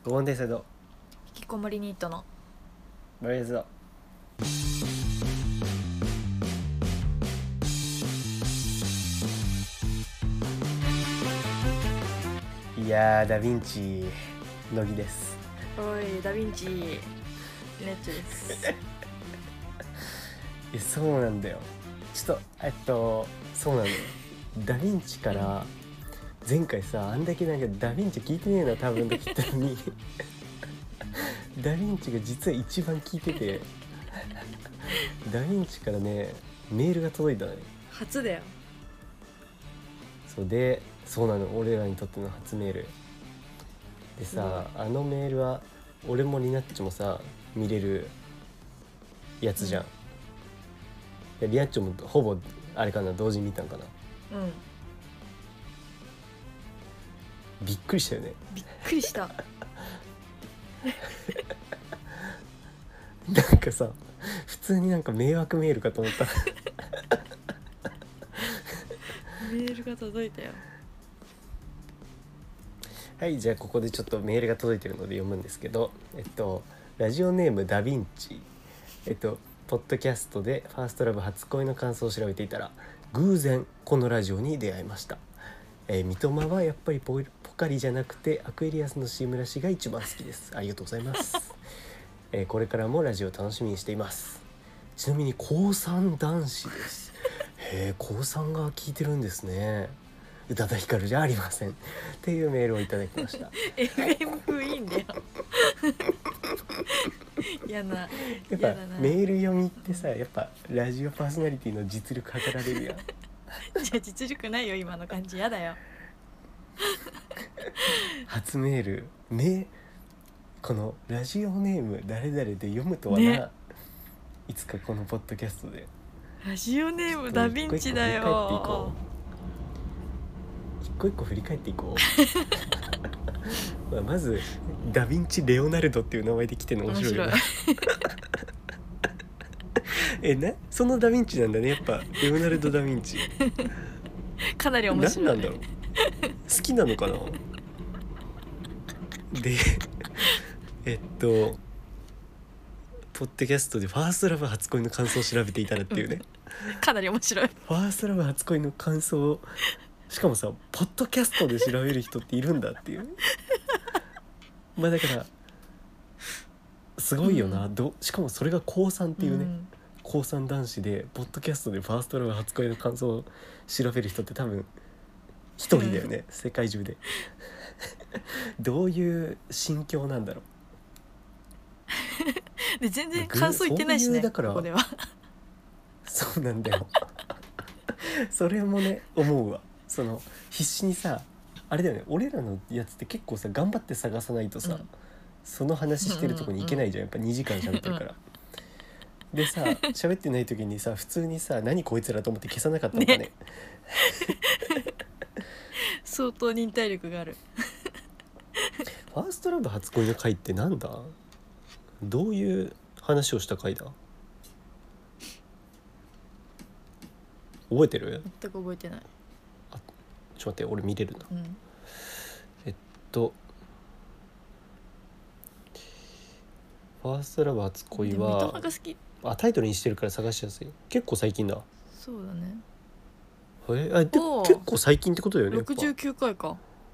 Buon testo 引きこもりニートの Buonいやーダヴィンチ乃木です。 おいダヴィンチネッチですそうなんだよ。ちょっとそうなんだよ。ダヴィンチから前回さあんだけなんかダヴィンチ聞いてねえな多分って言ったのにダヴィンチが実は一番聞いててダヴィンチからねメールが届いたのよ。 初だよ。 そうなの、俺らにとっての初メールでさ、あのメールは俺もリナッチもさ見れるやつじゃん、でリナッチもほぼあれかな同時に見たんかな。びっくりしたよね。 びっくりしたなんかさ普通になんか迷惑メールかと思ったメールが届いたよ。 はい、じゃあここでちょっとメールが届いてるので読むんですけど、ラジオネームダヴィンチ、ポッドキャストでファーストラブ初恋の感想を調べていたら偶然このラジオに出会いました。三笘はやっぱりポカリじゃなくてアクエリアスの志村氏が一番好きです。ありがとうございますこれからもラジオ楽しみにしています。ちなみに高3男子です。高3が聞いてるんですね。宇多田ヒカルじゃありませんっていうメールをいただきました。 FM 風いいんだよやっぱメール読みってさやっぱラジオパーソナリティの実力測られるやんじゃあ実力ないよ今の感じ。やだよ初メールこのラジオネーム誰々で読むとはな、 ね、 いつかこのポッドキャストでラジオネームダヴィンチだよ。 一個一個振り返っていこうまずダヴィンチレオナルドっていう名前で来てるの面白いよねそのダヴィンチなんだね。やっぱレオナルド・ダヴィンチかなり面白い。 何なんだろう好きなのかなでポッドキャストでファーストラブ初恋の感想を調べていたらっていうねかなり面白い。 ファーストラブ初恋の感想をしかもさポッドキャストで調べる人っているんだっていうまあだからすごいよな、しかもそれが高3っていうね、高3男子でポッドキャストでファーストラブ初恋の感想を調べる人って多分一人だよね世界中でどういう心境なんだろうで全然感想言ってないしね、 だからここではそうなんだよそれもね思うわ。その必死にさあれだよね、俺らのやつって結構さ頑張って探さないとさ、その話してるとこに行けないじゃん、やっぱ2時間喋ってるからでさ喋ってない時にさ普通にさ何こいつらと思って消さなかったのかね相当忍耐力があるファーストラブ初恋の回ってなんだ、どういう話をした回だ、覚えてる？ 全く覚えてない。 ちょっと待って俺見れるな、ファーストラブ初恋は三笘が好き。 タイトルにしてるから探しやすい。結構最近だ。 そうだね。 結構最近ってことだよね。 69回か。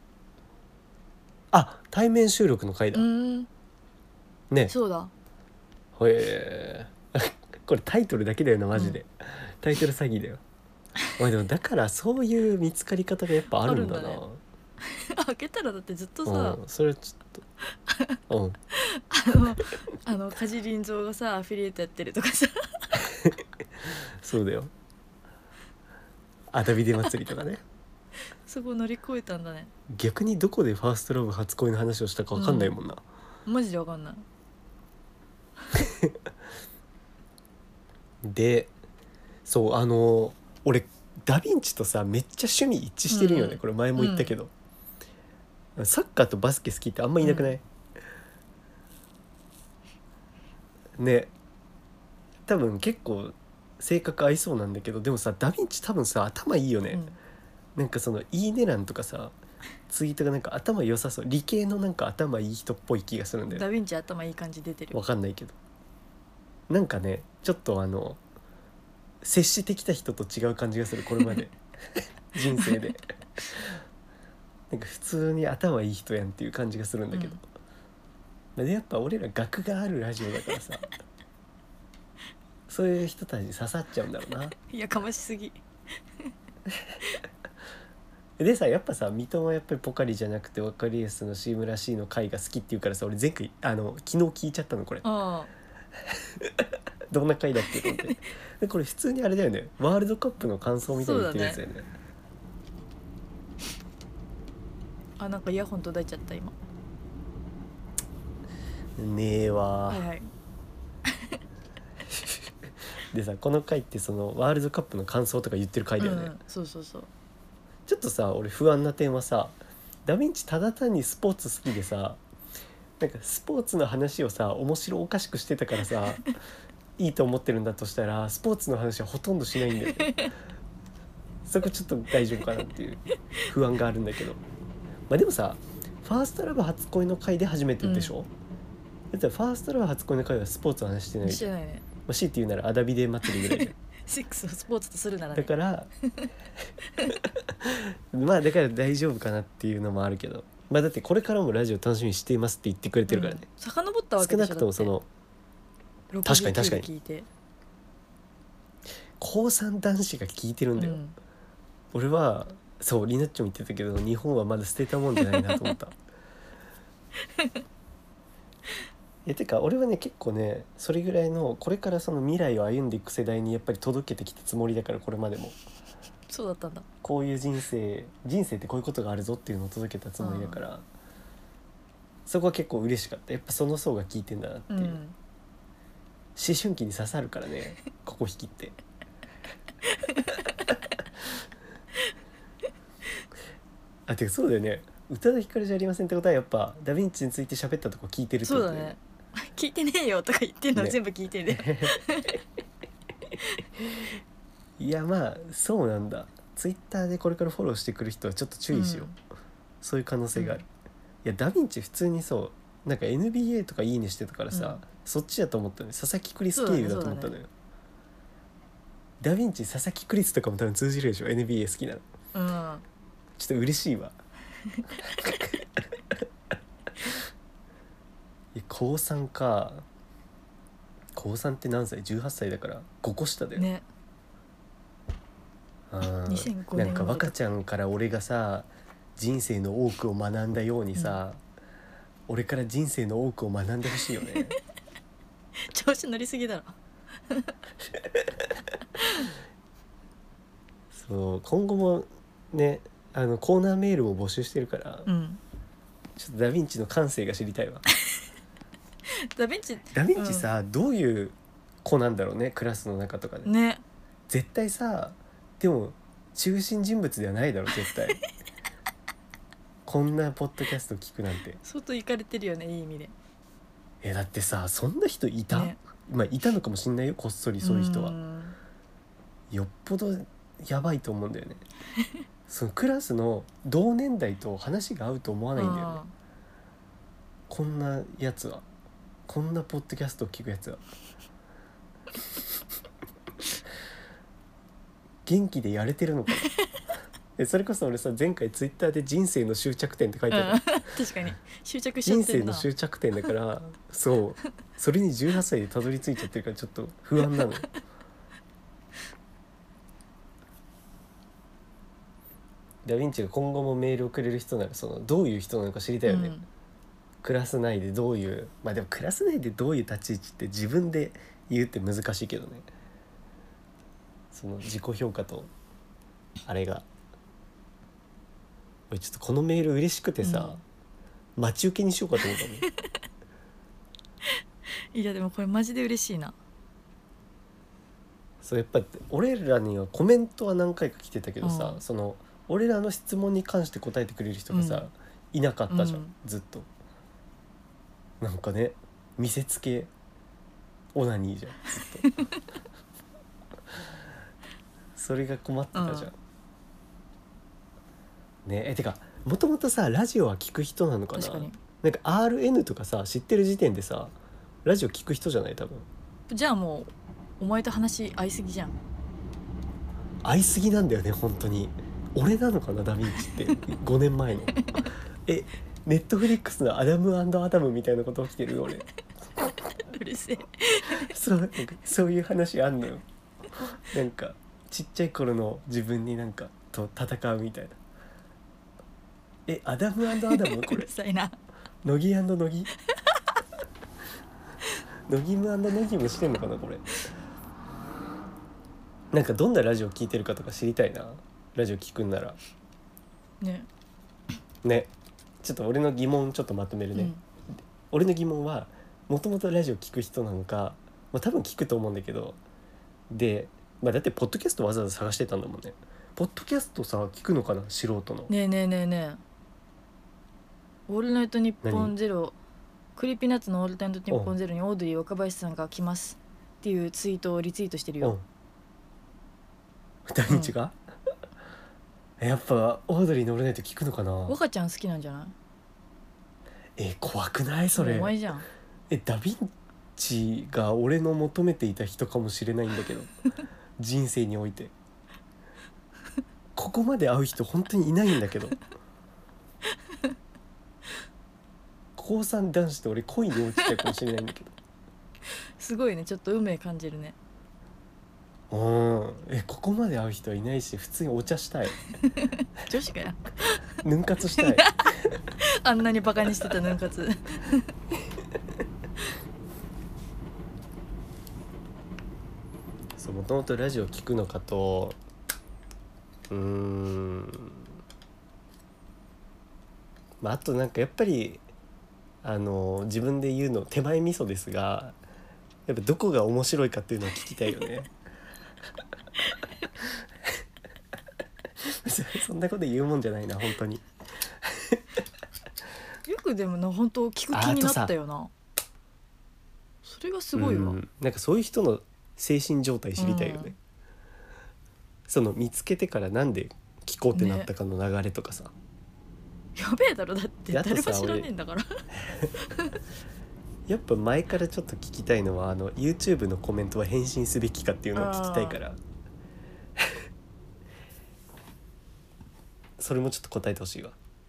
対面収録の回だね。 そうだ。 これタイトルだけだよなマジで、タイトル詐欺だよでもだからそういう見つかり方がやっぱあるんだな。 開けたらだってずっとさ、 それちょっと梶林蔵がさアフィリエイトやってるとかさそうだよ、アダビデ祭りとかねそこ乗り越えたんだね。 逆にどこでファーストラブ初恋の話をしたか分かんないもんな、 マジで分かんないでそう俺ダヴィンチとさめっちゃ趣味一致してるよね、これ前も言ったけど、サッカーとバスケ好きってあんまいなくない、ね、多分結構性格合いそうなんだけど、でもさダヴィンチ多分さ頭いいよね、なんかそのいいね欄とかさツイートがなんか頭良さそう、理系のなんか頭いい人っぽい気がするんだよね。 ダヴィンチ頭いい感じ出てる。 わかんないけど、なんかねちょっと接してきた人と違う感じがするこれまで人生でなんか普通に頭いい人やんっていう感じがするんだけど、でやっぱ俺ら学があるラジオだからさそういう人たちに刺さっちゃうんだろうな。 いやかましすぎ。 でさやっぱさ水戸はやっぱりポカリじゃなくて分かりやすの C 村 C の回が好きって言うからさ、俺前回昨日聞いちゃったのこれあどんな回だっけと思ってでこれ普通にあれだよね、ワールドカップの感想みたいに言ってるやつだよね。 あ、なんかイヤホン届いちゃった今。 ねえわ、 はいはい。 でさこの回ってそのワールドカップの感想とか言ってる回だよね、 そうそうそう。 ちょっとさ俺不安な点はさ、ダヴィンチただ単にスポーツ好きでさ、なんかスポーツの話をさ面白おかしくしてたからさいいと思ってるんだとしたらスポーツの話はほとんどしないんだよねそこちょっと大丈夫かなっていう不安があるんだけど、まあでもさファーストラブ初恋の回で初めてでしょ、だってファーストラブ初恋の回はスポーツの話してないじゃん、 してないね。 まあ、強いて言うならアダビデ祭りぐらいじゃんセックスをスポーツとするならね。 だからまあだから大丈夫かなっていうのもあるけど、まあだってこれからもラジオ楽しみにしていますって言ってくれてるからね、 遡ったわけでしょ。 少なくともそのだって確かに確かに 69で聞いて高3男子が聞いてるんだよ、俺はそうリナッチョも言ってたけど日本はまだ捨てたもんじゃないなと思ったいやてか俺はね結構ねそれぐらいのこれからその未来を歩んでいく世代にやっぱり届けてきたつもりだから、これまでもそうだったんだ。 こういう人生ってこういうことがあるぞっていうのを届けたつもりだから、そこは結構嬉しかった。やっぱその層が聞いてんだなっていう、思春期に刺さるからねここ引きってあてかそうだよね、宇多田ヒカルじゃありませんってことはやっぱダヴィンチについて喋ったとこ聞いてるってことだよね。 そうだね。聞いてねえよとか言ってんのね全部聞いてね。 いやまあそうなんだ。ツイッターでこれからフォローしてくる人はちょっと注意しよう、そういう可能性がある、いやダヴィンチ普通にそうなんか NBA とかいいねしてたからさ、そっちだと思ったのよ。佐々木クリス経由だと思ったのよ、ダヴィンチ佐々木クリスとかも多分通じるでしょ NBA 好きなの。ちょっと嬉しいわ高3か。高3って何歳？18歳だから5個下だよね。2005年なんか若ちゃんから俺がさ人生の多くを学んだようにさ、俺から人生の多くを学んでほしいよね調子乗りすぎだろそう今後もねコーナーメールも募集してるから、ちょっとダヴィンチの感性が知りたいわダヴィンチさ、どういう子なんだろうねクラスの中とかでね。 絶対さでも中心人物ではないだろ絶対こんなポッドキャスト聞くなんて。 相当いかれてるよね、いい意味で。 だってさそんな人いた、まあいたのかもしんないよこっそりそういう人は。よっぽどやばいと思うんだよねそのクラスの同年代と話が合うと思わないんだよね、こんなやつは。こんなポッドキャストを聞くやつは元気でやれてるのかなそれこそ俺さ前回ツイッターで人生の終着点って書いてある、 確かに執着しちゃってるな。 人生の終着点だからそうそれに18歳でたどり着いちゃってるからちょっと不安なのダヴィンチが今後もメールをくれる人ならどういう人なのか知りたいよね、クラス内でどういうまあでもクラス内でどういう立ち位置って自分で言うって難しいけどね、その自己評価とあれが。俺ちょっとこのメール嬉しくてさ、待ち受けにしようかと思ったのいやでもこれマジで嬉しいな。 そうやっぱ俺らにはコメントは何回か来てたけどさ、俺らの質問に関して答えてくれる人がさ、いなかったじゃん、ずっと。なんかね見せつけオナニーじゃんずっとそれが困ってたじゃん、ねてかもともとさラジオは聞く人なのかな。 確かに。 なんか RN とかさ知ってる時点でさラジオ聞く人じゃない多分。 じゃあもうお前と話合いすぎじゃん。 合いすぎなんだよね本当に。俺なのかなダヴィンチって5年前のネットフリックスのアダム&アダムみたいなこと起きてる俺。 うるせえ。 そういう話あんのよ。なんかちっちゃい頃の自分になんかと戦うみたいな。アダム&アダムこうれるさいな。 乃木&乃木乃木ム&乃木もしてんのかなこれ。なんかどんなラジオ聞いてるかとか知りたいな。ラジオ聞くんならね。 ね。ちょっと俺の疑問ちょっとまとめるね、俺の疑問はもともとラジオ聞く人なのか、まあ、多分聞くと思うんだけどで、まあ、だってポッドキャストわざわざ探してたんだもんね。ポッドキャストさ聞くのかな素人の。 ねえねえねえねえ。オールナイトニッポンゼロ、クリーピーナッツのオールナイトニッポンゼロにオードリー若林さんが来ますっていうツイートをリツイートしてるよ。 ダヴィンチが、やっぱオードリーのオールナイト聞くのかな。 若ちゃん好きなんじゃない？ 怖くないそれ。 お前じゃん。 ダヴィンチが俺の求めていた人かもしれないんだけど人生においてここまで会う人本当にいないんだけど高3男子と俺恋に落ちちゃうかもしれないんだけどすごいね、ちょっと運命感じるね。 ここまで会う人はいないし普通にお茶したい女子かよヌン活したいあんなにバカにしてたヌン活そうもともとラジオ聞くのかとまあ、あとなんかやっぱり自分で言うの手前味噌ですがやっぱどこが面白いかっていうのを聞きたいよねそんなこと言うもんじゃないな本当によくでもな本当聞く気になったよな。それがすごいわ。 なんかそういう人の精神状態知りたいよね、その見つけてからなんで聞こうってなったかの流れとかさ、 やべえだろだってであとさ誰も知らねえんだからやっぱ前からちょっと聞きたいのはYouTube のコメントは返信すべきかっていうのを聞きたいからそれもちょっと答えてほしいわ。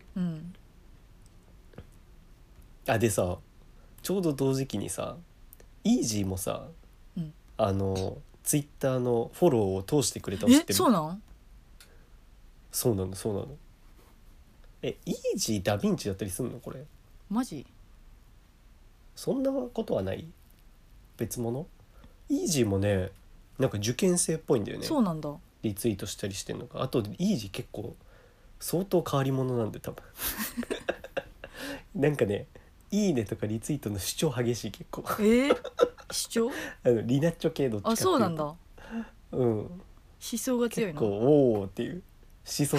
でさちょうど同時期にさイージーもさ、Twitter のフォローを通してくれたの知ってる？ そうなん？ そうなのイージーダヴィンチだったりすんのこれ？ マジ？ そんなことはない？別物？イージーもねなんか受験生っぽいんだよね。 そうなんだ。 リツイートしたりしてんのか。あとイージー結構相当変わり者なんで多分なんかねいいねとかリツイートの主張激しい結構主張リナッチョ系どっちかっていうとそうなんだ。 思想が強いな。 結構おーっていう思想強い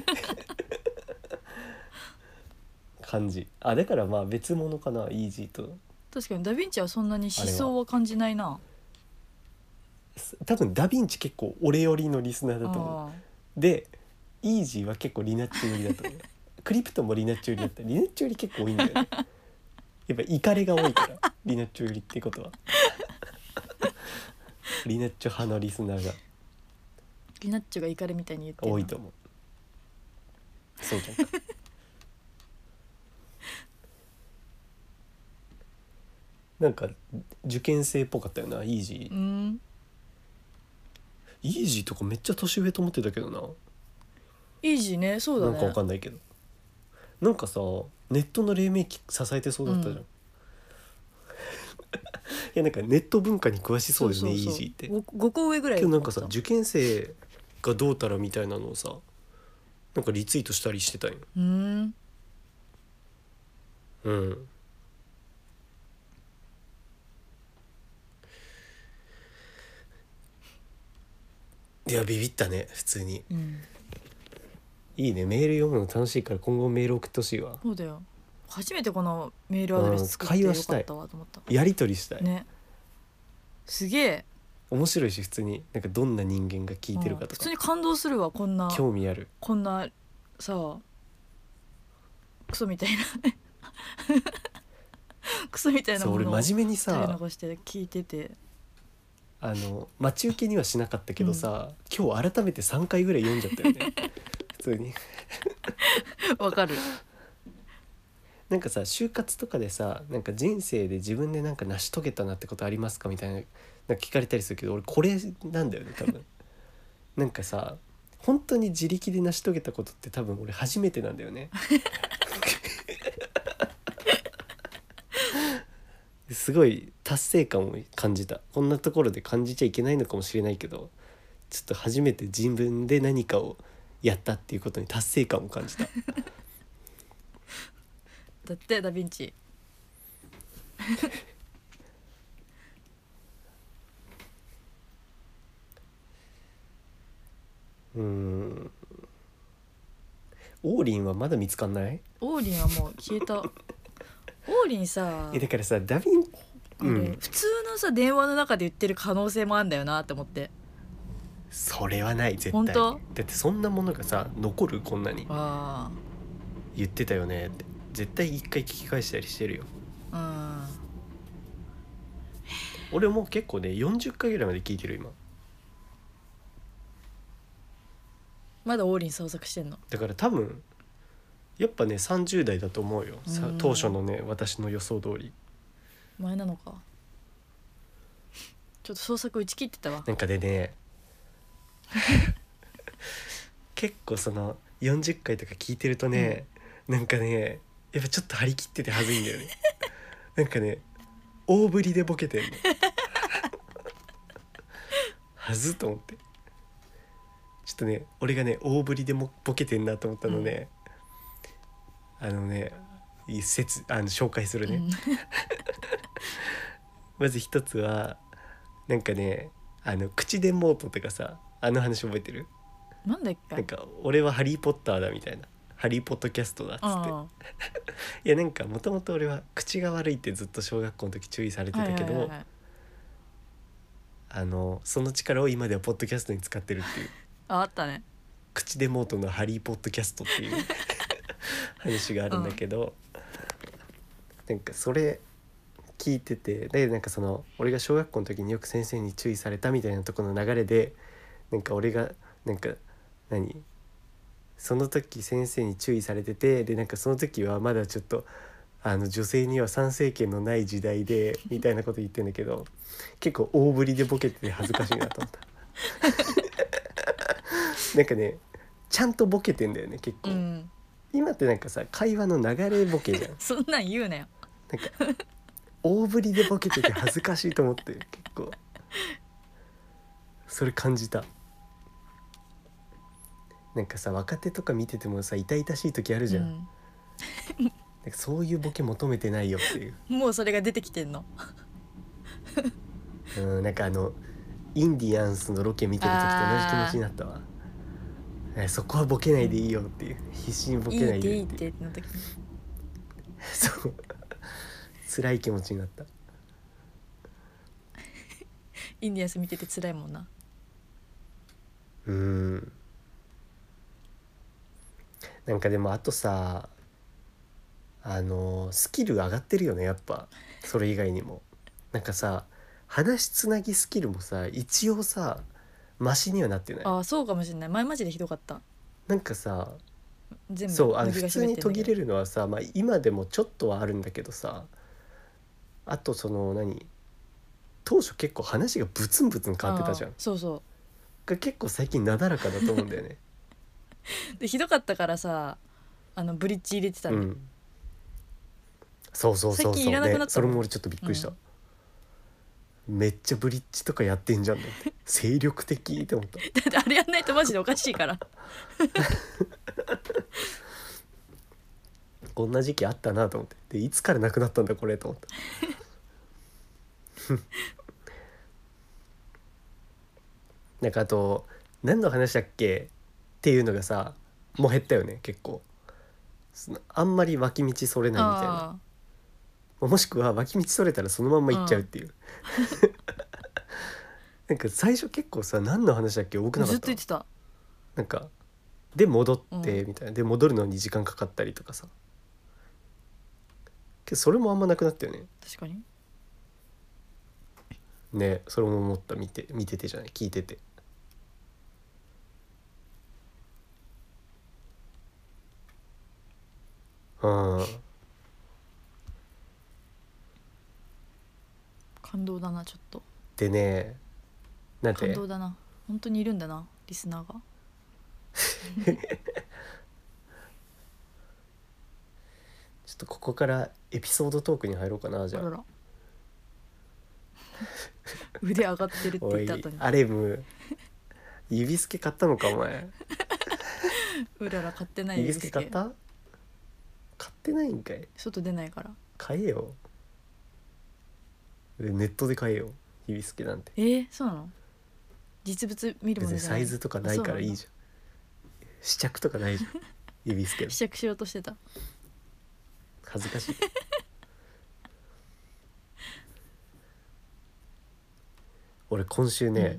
感じ。だからまあ別物かなイージーと。 確かにダヴィンチはそんなに思想は感じないな。 多分ダヴィンチ結構俺寄りのリスナーだと思う。でイージーは結構リナッチ寄りだと思うクリプトもリナッチ寄りだったリナッチ寄り結構多いんだよねやっぱイカレが多いからリナッチ寄りってことはリナッチョ派のリスナーがリナッチョがイカレみたいに言ってる多いと思う。そうじゃんかなんか受験生っぽかったよなイージー。イージーとかめっちゃ年上と思ってたけどな。 イージーね、そうだね。 なんかわかんないけどなんかさネットの黎明期支えてそうだったじゃん、いやなんかネット文化に詳しそうだよねイージーって。 5個上ぐらい。 今日なんかさ受験生がどうたらみたいなのをさなんかリツイートしたりしてたんよ。いやビビったね普通に、いいねメール読むの楽しいから今後メール送ってほしいわ。 そうだよ、初めてこのメールアドレス作ってよかったわと思った。 やり取りしたいね、すげえ面白いし普通になんかどんな人間が聞いてるかとか、 普通に感動するわ。こんな興味ある。 こんなさクソみたいなクソみたいなそう俺ものを真面目に垂れさ流して聞いてて、 待ち受けにはしなかったけどさ、今日改めて3回ぐらい読んじゃったよね普通にわかる。 なんかさ就活とかでさなんか人生で自分でなんか成し遂げたなってことありますかみたいな、なんか聞かれたりするけど俺これなんだよね多分なんかさ本当に自力で成し遂げたことって多分俺初めてなんだよねすごい達成感を感じた。こんなところで感じちゃいけないのかもしれないけどちょっと初めて自分で何かをやったっていうことに達成感を感じただってダヴィンチオーリンはまだ見つかんない？ オーリンはもう消えた。オーリンさ、 だからさダヴィンあれ、普通のさ電話の中で言ってる可能性もあんだよなって思って。 それはない絶対。 本当？ だってそんなものがさ残るこんなにあ言ってたよねって絶対一回聞き返したりしてるよ。 あ、 俺も結構ね40回ぐらいまで聞いてる今。 まだオーリン捜索してんの？ だから多分やっぱね30代だと思うよ。当初のね私の予想通り。 前なのか。ちょっと捜索打ち切ってたわ。 なんかでね結構その40回とか聞いてるとね、なんかねやっぱちょっと張り切っててはずいんだよねなんかね大振りでボケてんのはずと思ってちょっとね俺がね大振りでもボケてんなと思ったのね、一節紹介するね、まず一つはなんかね口でモートとかさ話覚えてる？ なんだっけ？ なんか俺はハリーポッターだみたいな、ハリーポッドキャストだっつっていやなんかもともと俺は口が悪いってずっと小学校の時注意されてたけど、その力を今ではポッドキャストに使ってるっていうあったね。 口でモートのハリーポッドキャストっていう話があるんだけど、なんかそれ聞いててでなんかその俺が小学校の時によく先生に注意されたみたいなところの流れでなんか俺がなんかその時先生に注意されててでなんかその時はまだちょっと女性には参政権のない時代でみたいなこと言ってんだけど結構大振りでボケてて恥ずかしいなと思ったなんかねちゃんとボケてんだよね結構、今ってなんかさ会話の流れボケじゃんそんなん言うなよ。 なんか大振りでボケてて恥ずかしいと思って結構それ感じた。なんかさ若手とか見ててもさ痛々しい時あるじゃん、なんかそういうボケ求めてないよっていうもうそれが出てきてんのなんかインディアンスのロケ見てる時と同じ気持ちになったわ。そこはボケないでいいよっていう、必死にボケないでいいっての時にそう辛い気持ちになった。 インディアンス見てて辛いもんな。 なんかでもあとさスキル上がってるよねやっぱ。それ以外にもなんかさ話つなぎスキルもさ一応さマシにはなってない？ あ、そうかもしれない。前マジでひどかった。 なんかさ全部そう乃木が普通に途切れる。 るのはさ、今でもちょっとはあるんだけどさ、あとその当初結構話がブツンブツン変わってたじゃん。 そうそが結構最近なだらかだと思うんだよねう。でひどかったからさブリッジ入れてたの、 そう最近いらなくなったもんね、それも俺ちょっとびっくりした、めっちゃブリッジとかやってんじゃんって精力的って思っただってあれやんないとマジでおかしいからこんな時期あったなと思って、でいつからなくなったんだこれと思ったなんかあと何の話だっけっていうのがさもう減ったよね結構。あんまり脇道それないみたいな、もしくは脇道それたらそのまんま行っちゃうっていう、なんか最初結構さ何の話だっけ多くなかずった？ っと言ってた。 なんかで戻ってみたいな、で戻るのに時間かかったりとかさ、 けどそれもあんまなくなったよね。 確かに。 ね、それも思った。見ててじゃない、聞いてて。うん。 感動だなちょっと。 でね、なんて感動だな。本当にいるんだなリスナーが。 ちょっとここからエピソードトークに入ろうかな。じゃああらら腕上がってるっておい言った後にアレム指すけ買ったのかお前。 うらら買ってない指ですけどすけ買った？買ってないんかい。 外出ないから。 買えよ。ネットで買えよ指すけなんて。 そうなの？実物見るも別にのじゃないサイズとかないからいいじゃん。試着とかないじゃん指すけの。 試着しようとしてた。 恥ずかしい。俺今週ね、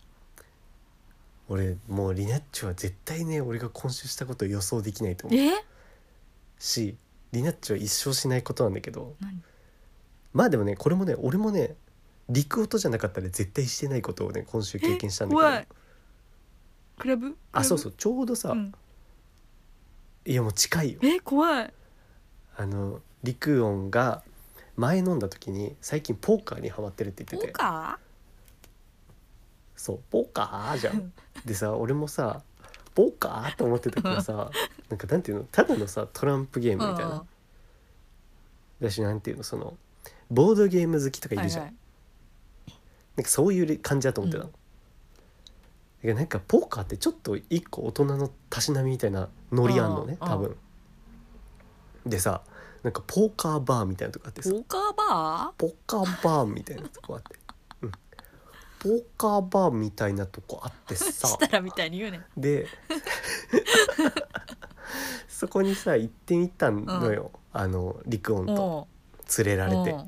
俺もうリナッチョは絶対ね、俺が今週したことを予想できないと思うし、リナッチョは一生しないことなんだけど、 何？ まあでもね、これもね、俺もね陸音じゃなかったら絶対してないことをね今週経験したんだけど。 怖い。クラブ？ あ、そうそう、ちょうどさ、いやもう近いよ。 怖い。 陸音が前飲んだ時に最近ポーカーにハマってるって言ってて。 ポーカそう、ポーカーじゃん。でさ、俺もさポーカーと思ってたからさなんかなんていうの、ただのさトランプゲームみたいな、だし、なんていうの、そのボードゲーム好きとかいるじゃん、なんかそういう感じだと思ってたの、だからなんかポーカーってちょっと一個大人のたしなみみたいなノリあんのね、多分。でさ、なんかポーカーバーみたいなとこあってさ、 ポーカーバポーカーバーみたいなとこあって、ポーカーバーみたいなとこあってーさしたらみたいに言うね。 でそこにさ行ってみたのよ、陸音と連れられて。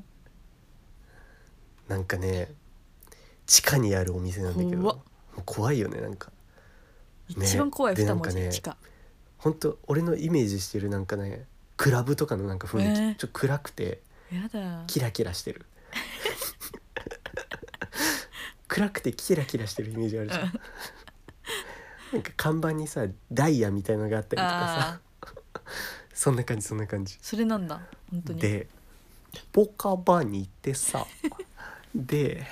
なんかね、地下にあるお店なんだけど、 怖っもう怖いよね、なんかね。 一番怖いで二文字なんかね、 地下。 本当俺のイメージしてるなんかね、クラブとかのなんか雰囲気、ちょっと暗くてやだ。 キラキラしてる暗くてキラキラしてるイメージあるじゃん、なんか看板にさダイヤみたいなのがあったりとかさそんな感じそんな感じそれなんだ本当に。 でポーカーバーに行ってさで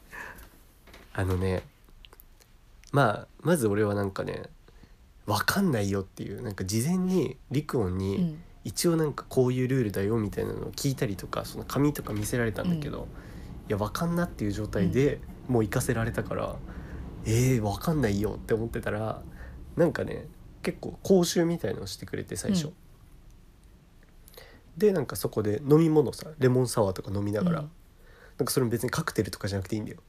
まず俺はなんかね、分かんないよっていう、なんか事前に陸音に一応なんかこういうルールだよみたいなのを聞いたりとか、その紙とか見せられたんだけど、いや分かんなっていう状態でもう行かせられたから、分かんないよって思ってたら、なんかね結構講習みたいのをしてくれて最初、でなんかそこで飲み物さ、レモンサワーとか飲みながら、なんかそれも別にカクテルとかじゃなくていいんだよ。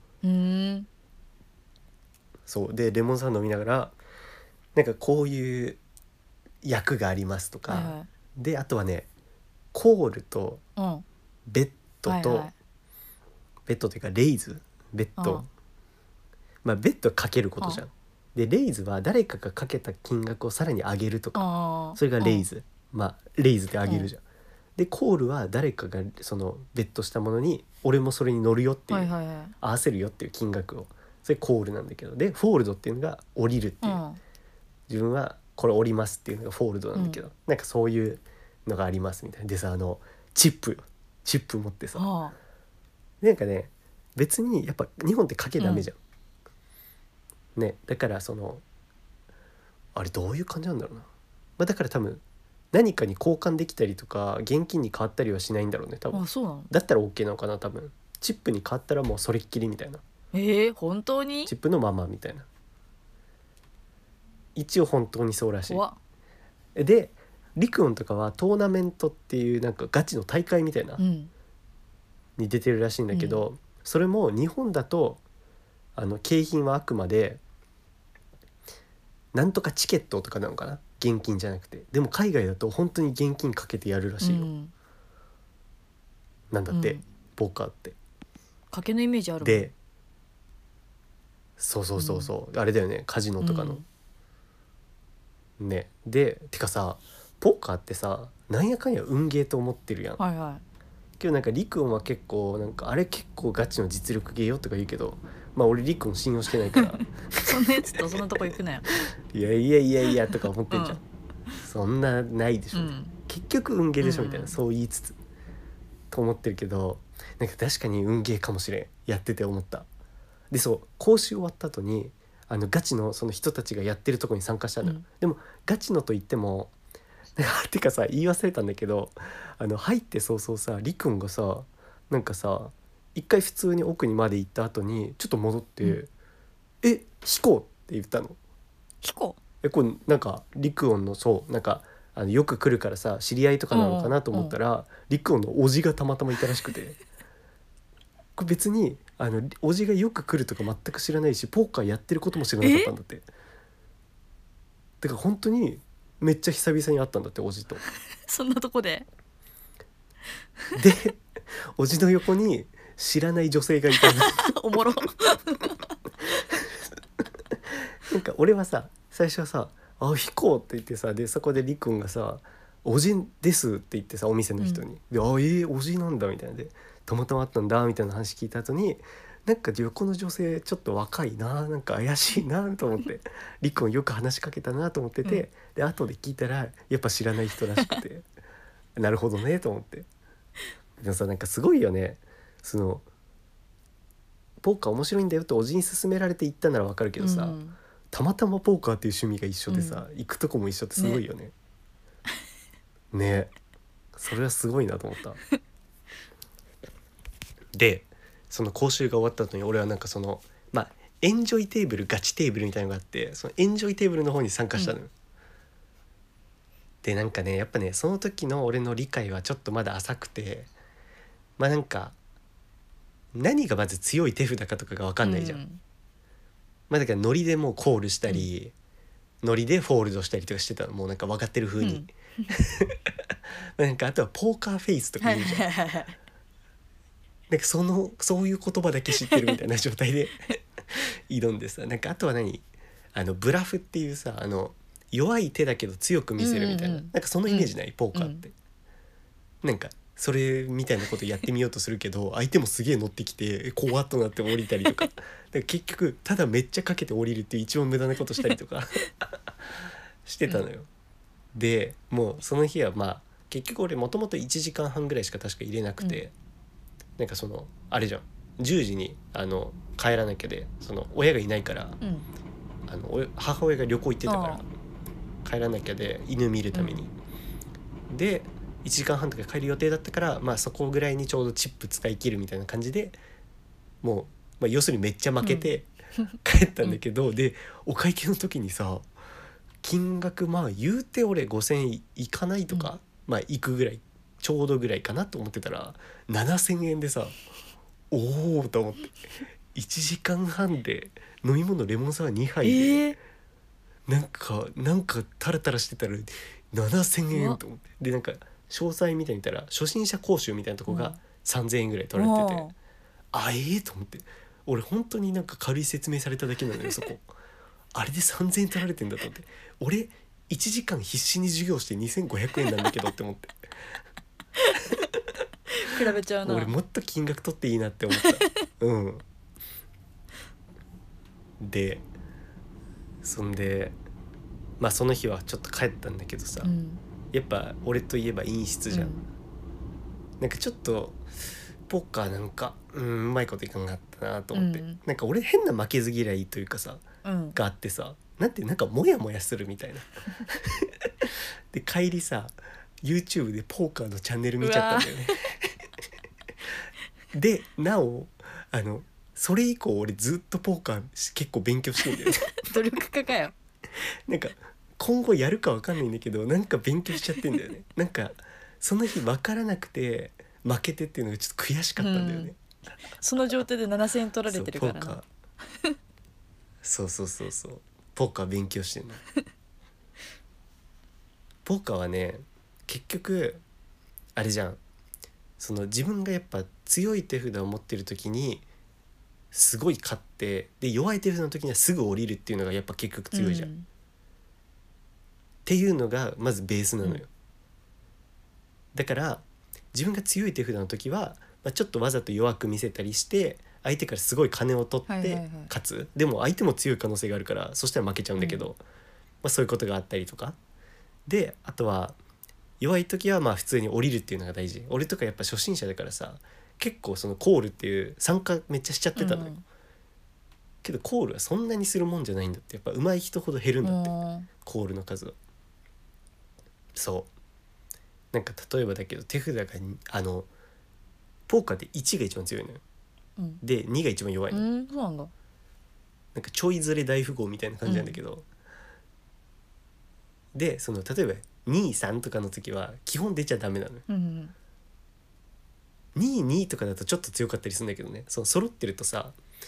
そうでレモンサワー飲みながら、なんかこういう役がありますとか、であとはねコールとベッドと、ベッドというかレイズ、ベッド、まあベッドかけることじゃん。でレイズは誰かがかけた金額をさらに上げるとか、それがレイズ、まあレイズで上げるじゃん。でコールは誰かがそのベッドしたものに俺もそれに乗るよっていう、合わせるよっていう金額を、それコールなんだけど、でフォールドっていうのが降りるっていう、自分はこれ降りますっていうのがフォールドなんだけど、なんかそういうのがありますみたいな。でさ、チップ持ってさ、なんかね別にやっぱ日本ってかけダメじゃん、ね、だからそのあれどういう感じなんだろうな、まあ、だから多分何かに交換できたりとか現金に変わったりはしないんだろうね多分。 そうなの？ だったら OK なのかな多分。チップに変わったらもうそれっきりみたいな。 本当に？ チップのままみたいな、一応本当にそうらしい。で陸音とかはトーナメントっていうなんかガチの大会みたいな、に出てるらしいんだけど、それも日本だと景品はあくまでなんとかチケットとかなのかな、現金じゃなくて。でも海外だと本当に現金かけてやるらしいよ、なんだって、ポーカーって賭けのイメージあるもん。 でそう、あれだよね、カジノとかの、ね。でてかさ、ポーカーってさなんやかんや運ゲーと思ってるやん、 けどなんかりくんは結構なんかあれ結構ガチの実力芸よとか言うけど、まあ俺りくん信用してないからそんなやつとそんなとこ行くなよ。 いやいやいやいやとか思ってんじゃん、 うんそんなないでしょ、 うん結局運ゲーでしょみたいな、 うんそう言いつつと思ってるけど、なんか確かに運ゲーかもしれん、やってて思った。でそう講習終わった後にガチのその人たちがやってるとこに参加したのよ、 うんでもガチのと言ってもてかさ言い忘れたんだけど入って早々さりくんがさなんかさ一回普通に奥にまで行った後にちょっと戻って「 うんえ飛行」って言ったの。 彦これなんかりくおんのそうなんかよく来るからさ知り合いとかなのかなと思ったらりくおんのおじがたまたまいたらしくてこれ別におじがよく来るとか全く知らないしポーカーやってることも知らなかったんだって。だから本当にめっちゃ久々に会ったんだっておじと。 そんなとこででおじの横に知らない女性がいたのおもろなんか俺はさ最初はさ「あ飛行」って言ってさでそこでりくんがさ「おじです」って言ってさお店の人に「でおじなんだ」みたいなでたまたま会ったんだみたいな話聞いた後になんか横の女性ちょっと若いななんか怪しいなと思ってりくんよく話しかけたなと思ってて、で後で聞いたらやっぱ知らない人らしくてなるほどねと思って。でもさなんかすごいよね、そのポーカー面白いんだよっておじに勧められて行ったならわかるけどさ、 うんたまたまポーカーっていう趣味が一緒でさ、行くとこも一緒ってすごいよね。ねそれはすごいなと思った。でその講習が終わった後に俺はなんかそのエンジョイテーブルガチテーブルみたいなのがあって、そのエンジョイテーブルの方に参加したのよ、でなんかねやっぱねその時の俺の理解はちょっとまだ浅くて、なんか何がまず強い手札かとかが分かんないじゃん、だからノリでもうコールしたり、ノリでフォールドしたりとかしてたのもうなんか分かってる風に、なんかあとはポーカーフェイスとか言うじゃんなんかそういう言葉だけ知ってるみたいな状態で挑んでさ、なんかあとはブラフっていうさ弱い手だけど強く見せるみたいな、なんかそのイメージない、ポーカーって、なんかそれみたいなことやってみようとするけど相手もすげえ乗ってきて怖っとなって降りたりとかだから結局ただめっちゃかけて降りるっていう一番無駄なことしたりとかしてたのよ、でもうその日は結局俺もともと1時間半ぐらいしか確か入れなくて、なんかそのあれじゃん10時に帰らなきゃでその親がいないから、母親が旅行行ってたから帰らなきゃで犬見るために、で1時間半とか帰る予定だったから、そこぐらいにちょうどチップ使い切るみたいな感じでもう、要するにめっちゃ負けて帰ったんだけど、でお会計の時にさ金額言うて俺5,000いかないとか、いくぐらいちょうどぐらいかなと思ってたら7,000円でさおおと思って1時間半で飲み物レモンサワー2杯で、なんかタラタラしてたら7,000円と思って、でなんか詳細見てみたら初心者講習みたいなとこが3,000円ぐらい取られてて、と思って俺本当になんか軽い説明されただけなのよそこあれで3,000円取られてんだと思って、俺1時間必死に授業して2,500円なんだけどって思って比べちゃうな。 俺もっと金額取っていいなって思ったでそんでその日はちょっと帰ったんだけどさ、やっぱ俺といえば陰湿じゃん、なんかちょっとポッカーなんかうまいこといかんかったなと思って、なんか俺変な負けず嫌いというかさ、があってさなんかモヤモヤするみたいなで帰りさ YouTube でポーカーのチャンネル見ちゃったんだよねでなおそれ以降俺ずっとポーカー結構勉強してんだよね努力家かよ。 なんか今後やるか分かんないんだけどなんか勉強しちゃってんだよねなんかその日分からなくて負けてっていうのがちょっと悔しかったんだよね、 その状態で7,000円取られてるからな。 そうポーカー勉強してんのポーカーはね結局あれじゃん、その自分がやっぱ強い手札を持ってる時にすごい勝って、で弱い手札の時にはすぐ降りるっていうのがやっぱ結局強いじゃん、っていうのがまずベースなのよ、だから自分が強い手札の時は、ちょっとわざと弱く見せたりして相手からすごい金を取ってはいはいはい勝つ、でも相手も強い可能性があるからそしたら負けちゃうんだけど、そういうことがあったりとかで、あとは弱い時は普通に降りるっていうのが大事。俺とかやっぱ初心者だからさ、結構そのコールっていう参加めっちゃしちゃってたのよ、けどコールはそんなにするもんじゃないんだって。やっぱ上手い人ほど減るんだって、コールの数は。そうなんか例えばだけど手札がポーカーで1が一番強いのよ、で2が一番弱いの、 そうなんだ。 なんかちょいずれ大富豪みたいな感じなんだけど、でその例えば2、3とかの時は基本出ちゃダメなのよ。2、2とかだとちょっと強かったりするんだけどね、その揃ってるとさ、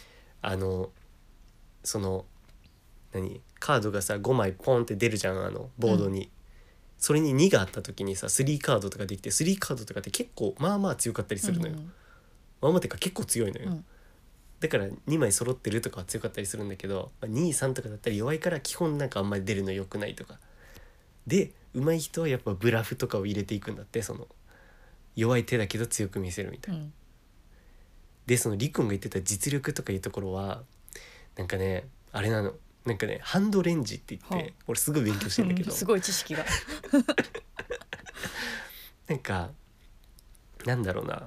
そのカードがさ5枚ポンって出るじゃん、ボードに、それに2があった時にさ3カードとかできて、3カードとかって結構まあまあ強かったりするのよ、まあまあてか結構強いのよ、だから2枚揃ってるとかは強かったりするんだけど、2、3とかだったら弱いから基本なんかあんまり出るの良くないとかで、上手い人はやっぱブラフとかを入れていくんだって、その弱い手だけど強く見せるみたいな、でそのリコンが言ってた実力とかいうところはなんかねあれなの、なんかねハンドレンジって言って、俺すごい勉強してんだけどすごい知識がなんかなんだろうな、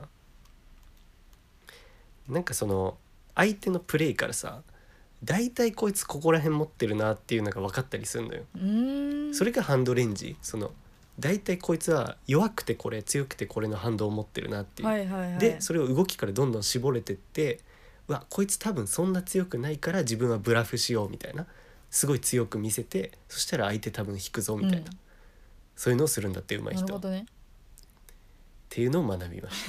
なんかその相手のプレイからさ、だいたいこいつここら辺持ってるなっていうのが分かったりするのよ。それがハンドレンジ。そのだいたいこいつは弱くてこれ強くてこれのハンドを持ってるなっていう、でそれを動きからどんどん絞れてって、うわこいつ多分そんな強くないから自分はブラフしようみたいな、すごい強く見せて、そしたら相手多分引くぞみたいな、そういうのをするんだって上手い人は、っていうのを学びま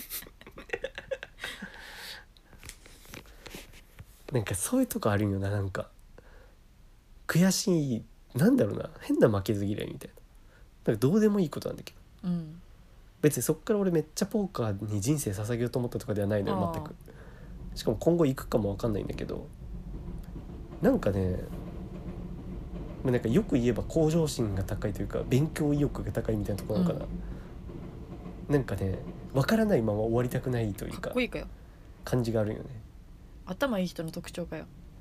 したなんかそういうとこあるんよな、なんか悔しい、なんだろうな、変な負けず嫌いみたいな、なんかどうでもいいことなんだけど、別にそっから俺めっちゃポーカーに人生捧げようと思ったとかではないのよ全く。しかも今後行くかも分かんないんだけど、なんかね、なんかよく言えば向上心が高いというか勉強意欲が高いみたいなところなのかな、なんかね分からないまま終わりたくないというか感じがあるよね。 頭いい人の特徴かよ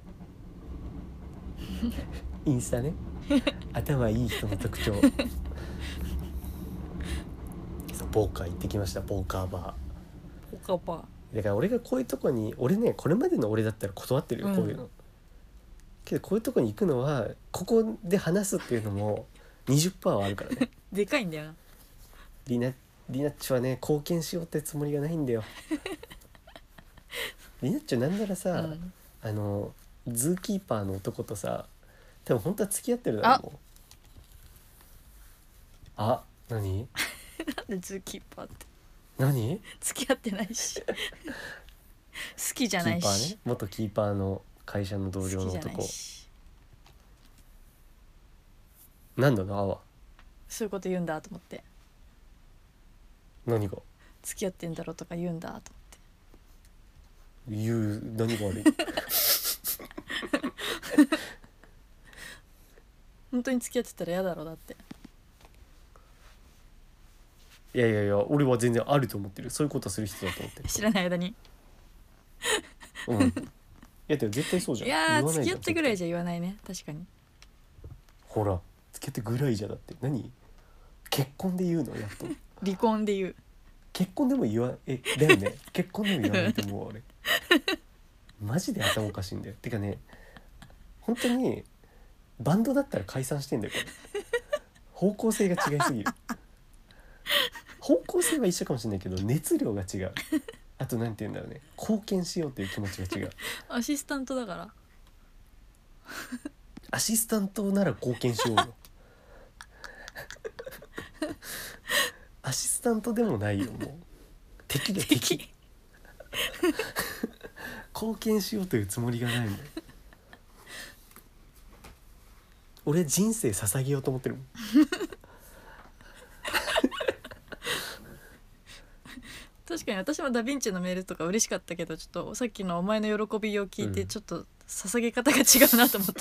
インスタね頭いい人の特徴そうポーカー行ってきました。ポーカーバーだから俺がこういうとこに、俺ねこれまでの俺だったら断ってるよ、こういうのけど、こういうとこに行くのはここで話すっていうのも 20% はあるからねでかいんだよな。 リナッチはね貢献しようってつもりがないんだよリナッチはなんならさ、ズーキーパーの男とさ多分本当は付き合ってるだろう。あ、何なんでズーキーパーって何付き合ってないし好きじゃないし、 キーパーね、元キーパーの会社の同僚の好きじゃない男。 し、 なんだなあはそういうこと言うんだと思って、 何が付き合ってんだろうとか言うんだと思って。 言う何が悪い本当に付き合ってたら嫌だろう。だっていやいやいや、俺は全然あると思ってる。そういうことする人だと思ってる。 知らない間にうんいやでも絶対そうじゃん。 いや言わないじゃん付き合ってぐらい絶対じゃ言わないね。確かにほら付き合ってぐらいじゃだって何結婚で言うのやっと離婚で言う。 結婚でも言わだよね結婚でも言わないと思う俺マジで頭おかしいんだよ。てかね本当にバンドだったら解散してんだよこれ。方向性が違いすぎる。方向性は一緒かもしれないけど熱量が違う。あとなんて言うんだろうね、貢献しようっていう気持ちが違う。 アシスタントだからアシスタントなら貢献しようよアシスタントでもないよ、もう敵だ敵貢献しようというつもりがないもん。俺人生捧げようと思ってるもん確かに私もダヴィンチのメールとか嬉しかったけど、ちょっとさっきのお前の喜びを聞いてちょっと捧げ方が違うなと思った、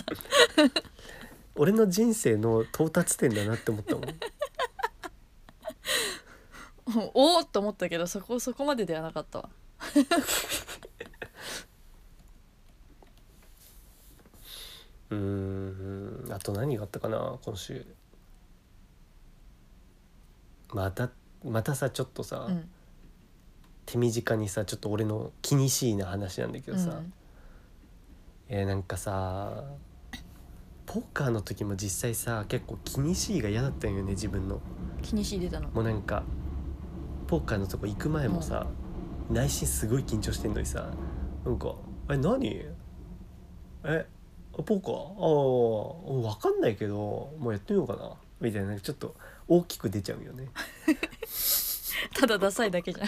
俺の人生の到達点だなって思ったもんおおっと思ったけどそこまでではなかったわ。 あと何があったかな今週。またさちょっとさ、 うん手短にさちょっと俺の気にしいな話なんだけどさ、なんかさポーカーの時も実際さ結構気にしいが嫌だったんよね自分の。 気にしい出たの。 もうなんかポーカーのとこ行く前もさ、内心すごい緊張してんのにさ、なんか何ポーカー分かんないけどもうやってみようかなみたいな、ちょっと大きく出ちゃうよね。 ただダサいだけじゃん。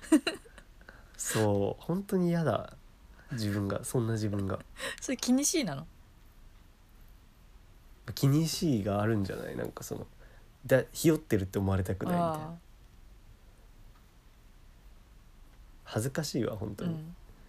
そう本当に嫌だそんな自分が。 それ気にしいなの。 気にしいがあるんじゃない？なんかそのひよってるって思われたくないみたいな。恥ずかしいわ本当に、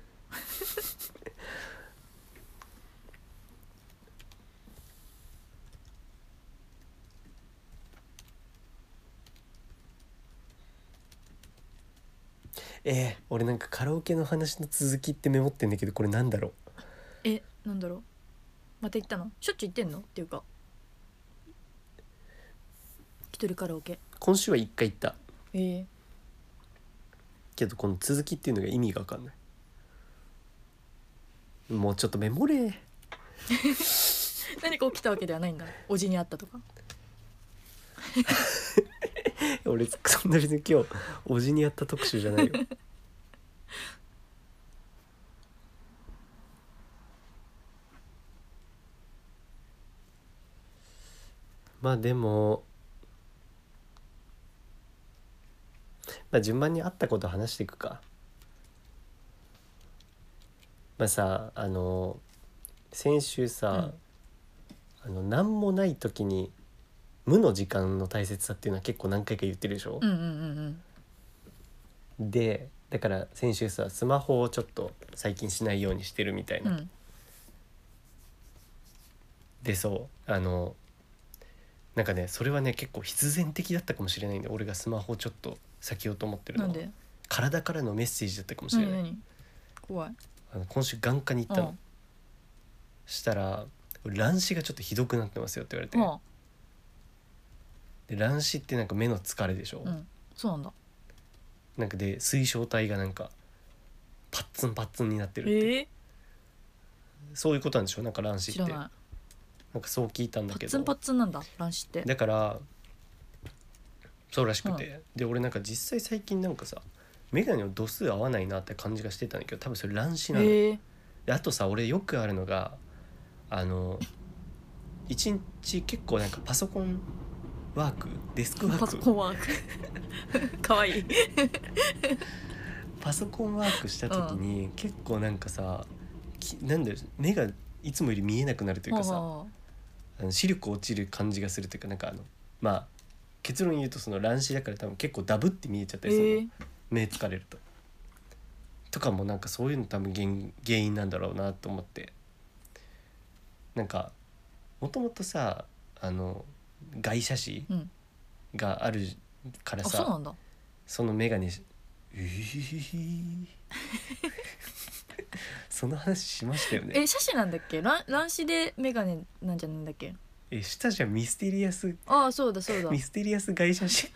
俺なんかカラオケの話の続きってメモってんだけどこれなんだろう。 なんだろう。また行ったの？しょっちゅう行ってんのっていうか一人カラオケ。 今週は1回行ったえけどこの続きっていうのが意味が分かんない。もうちょっとメモれ。 何か起きたわけではないんだ。おじに会ったとか。 俺そんな別に今日おじにやった特集じゃないよ。まあでも順番にあったこと話していくか。まあさ先週さ、何もない時に無の時間の大切さっていうのは結構何回か言ってるでしょ、でだから先週さスマホをちょっと最近しないようにしてるみたいな、でそうなんかねそれはね結構必然的だったかもしれないんで、俺がスマホをちょっと避けようと思ってるのはなんで？ 体からのメッセージだったかもしれない。 何怖い。 今週眼科に行ったの、したら乱視がちょっとひどくなってますよって言われて、で乱視ってなんか目の疲れでしょ、 そうなんだ。 なんかで水晶体がなんかパッツンパッツンになってるって、そういうことなんでしょなんか乱視って。 知らない。 なんかそう聞いたんだけど、 パッツンパッツンなんだ乱視って。 だからそうらしくて、で俺なんか実際最近なんかさ眼鏡の度数合わないなって感じがしてたんだけど多分それ乱視なの、であとさ俺よくあるのが一日結構なんかパソコンワークデスクワークパソコンワークかわいいパソコンワークした時に結構なんかさなんだろ目がいつもより見えなくなるというかさ、視力落ちる感じがするというか、なんかまあ結論言うとその乱視だから多分結構ダブって見えちゃったりするの、目疲れるとかもなんかそういうの多分原因なんだろうなと思って、なんかもともとさ外斜視があるからさ、 そうなんだ。 その眼鏡その話しましたよね。 斜視なんだっけ？乱視でメガネなんじゃないんだっけ？ したじゃんミステリアス。 そうだミステリアス外斜視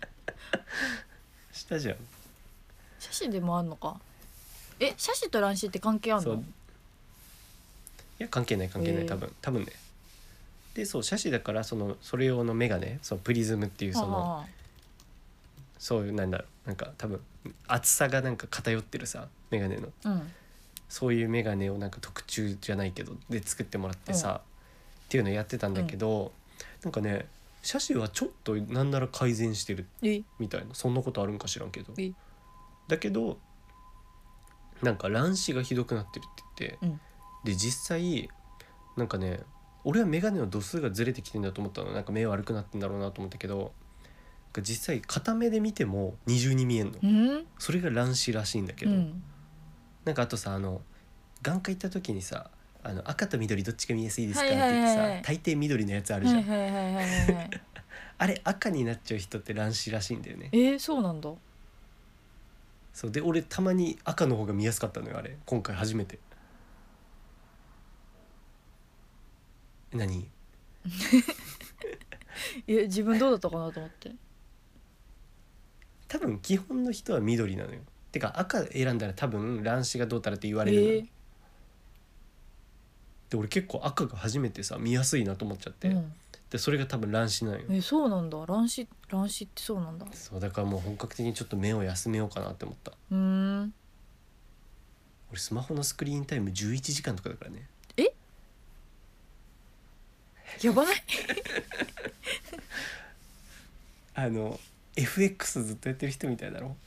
したじゃん。 斜視でもあんのか。斜視と乱視って関係あんの？ いや関係ない多分ね。でそう斜視だからそれ用のメガネ、そのプリズムっていうそういうなんだろう、なんか多分厚さがなんか偏ってるさメガネの、そういうメガネをなんか特注じゃないけどで作ってもらってさ、っていうのをやってたんだけど、なんかね斜視はちょっとなんなら改善してるみたいな、そんなことあるんか知らんけど、だけどなんか乱視がひどくなってるって言って、で実際なんかね俺はメガネの度数がずれてきてんだと思ったの、なんか目悪くなってんだろうなと思ったけど、実際片目で見ても二重に見えんの、それが乱視らしいんだけど、なんかあとさ眼科行った時にさ赤と緑どっちが見やすいですかって言ってさ、大抵緑のやつあるじゃん、 あれ赤になっちゃう人って乱視らしいんだよね。 そうなんだ。 そうで俺たまに赤の方が見やすかったのよあれ今回初めて。何？ 自分どうだったかなと思って。 多分基本の人は緑なのよ。てか赤選んだら多分乱視がどうたらって言われるのよ。で俺結構赤が初めてさ見やすいなと思っちゃって、でそれが多分乱視なのよ。 そうなんだ。乱視ってそうなんだ。 そうだからもう本格的にちょっと目を休めようかなって思った。俺スマホのスクリーンタイム11時間とかだからね。 やばない FX ずっとやってる人みたいだろ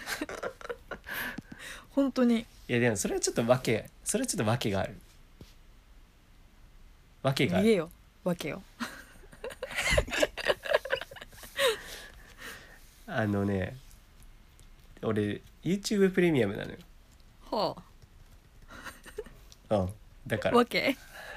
本当に。 いやでもそれはちょっと訳がある。訳がある。 言えよ訳よ俺 YouTube プレミアムなのよ。 はだから訳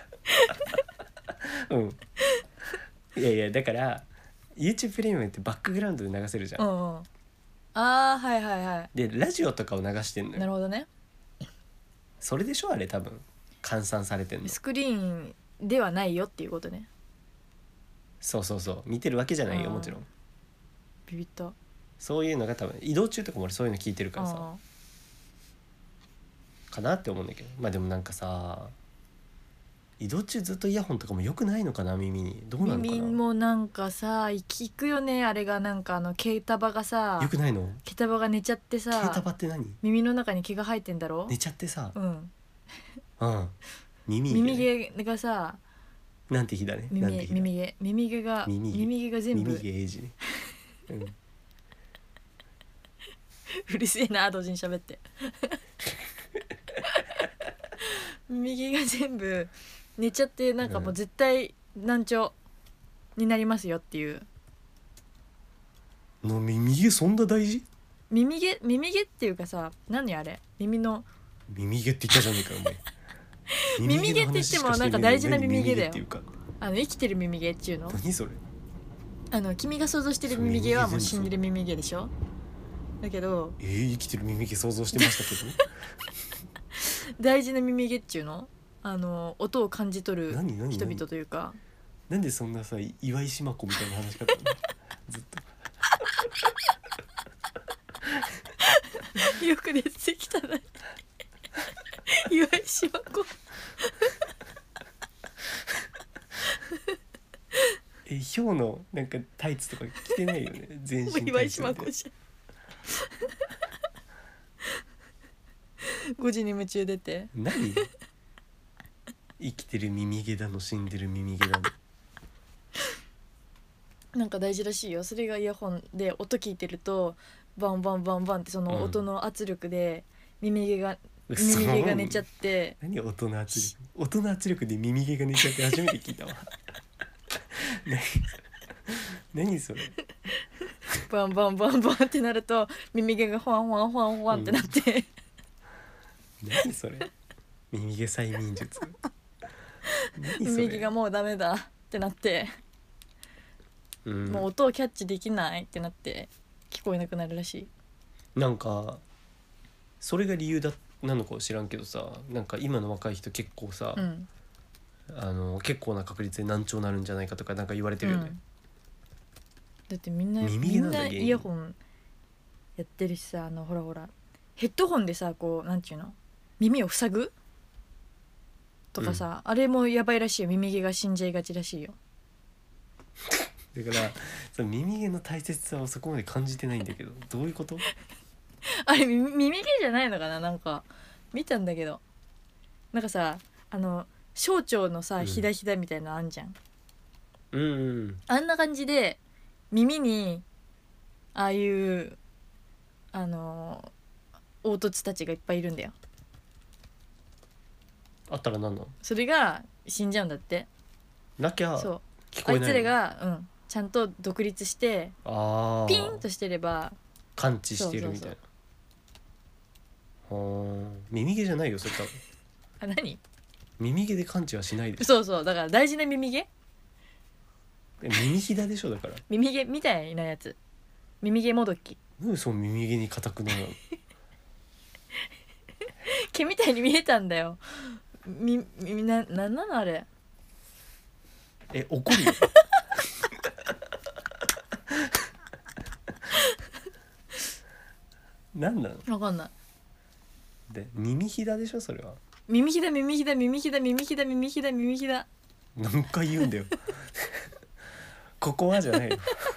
いやだから YouTube プレミアムってバックグラウンドで流せるじゃん。 はいはいはい。 でラジオとかを流してんのよ。 なるほどね。 それでしょあれ多分換算されてんの。 スクリーンではないよっていうことね。 そう見てるわけじゃないよもちろん。 ビビった。 そういうのが多分移動中とかも俺そういうの聞いてるからさかなって思うんだけど、まあでもなんかさ移動中ずっとイヤホンとかも良くないのかな耳に。どうなのかな。 耳もなんかさ聞くよねあれが。なんか毛束がさ良くないの。 毛束が寝ちゃってさ。 毛束って何？ 耳の中に毛が生えてんだろ。 寝ちゃってさ耳毛がさなんて日だね。 耳毛が全部耳毛エイジねうるせえな同時に喋って耳毛が全部寝ちゃってなんかもう絶対難聴になりますよっていうの。耳毛そんな大事？ 耳毛っていうかさ何あれ耳毛って言ったじゃねえかお前耳毛って言ってもなんか大事な耳毛だよ。 っていうか生きてる耳毛っていうの。 何それ。 君が想像してる耳毛はもう死んでる耳毛でしょ。だけど生きてる耳毛想像してましたけど大事な耳毛っていうの音を感じ取る何人々というか。 なんでそんなさ岩井島子みたいな話し方ずっとよく出てきたな岩井島子ヒョウのなんかタイツとか着てないよね全身岩井島子じゃん5時に夢中出て何生きてる耳毛だの死んでる耳毛だのなんか大事らしいよ。それがイヤホンで音聞いてるとバンバンバンバンってその音の圧力で耳毛が寝ちゃって。 何音の圧力で耳毛が寝ちゃって初めて聞いたわ何それ。 バンバンバンバンってなると耳毛がホワンホワンホワンホワンってなって、 何それ耳毛催眠術耳毛がもうダメだってなって、もう音をキャッチできないってなって聞こえなくなるらしい。なんかそれが理由なのか知らんけどさ、なんか今の若い人結構さ、結構な確率で難聴になるんじゃないかとかなんか言われてるよね、 だってみんなイヤホンやってるしさ、ほらヘッドホンでさこうなんていうの耳を塞ぐとかさ、あれもやばいらしいよ。耳毛が死んじゃいがちらしいよ。 だからその耳毛の大切さをそこまで感じてないんだけど、どういうこと？ あれ耳毛じゃないのかな。なんか見たんだけど、なんかさ小腸のさひだひだみたいなのあんじゃん、あんな感じで耳にああいう凹凸たちがいっぱいいるんだよ。 あったら何なの？ それが死んじゃうんだって。 なきゃそう聞こえないの？ あいつらが、ちゃんと独立してピンとしてれば感知してるみたいな。耳毛じゃないよそれ多分。 何？ 耳毛で感知はしないです。 そうだから大事な耳毛耳ひだでしょだから。 耳毛みたいなやつ、耳毛もどき。 なんでその耳毛に固くなるの？ 毛みたいに見えたんだよ。なんなのあれ。 怒るよ。なんなの？ わかんない。 で耳ひだでしょそれは。 耳ひだ耳ひだ耳ひだ耳ひだ耳ひだ耳ひだ。 何回言うんだよ。ここはじゃないよ。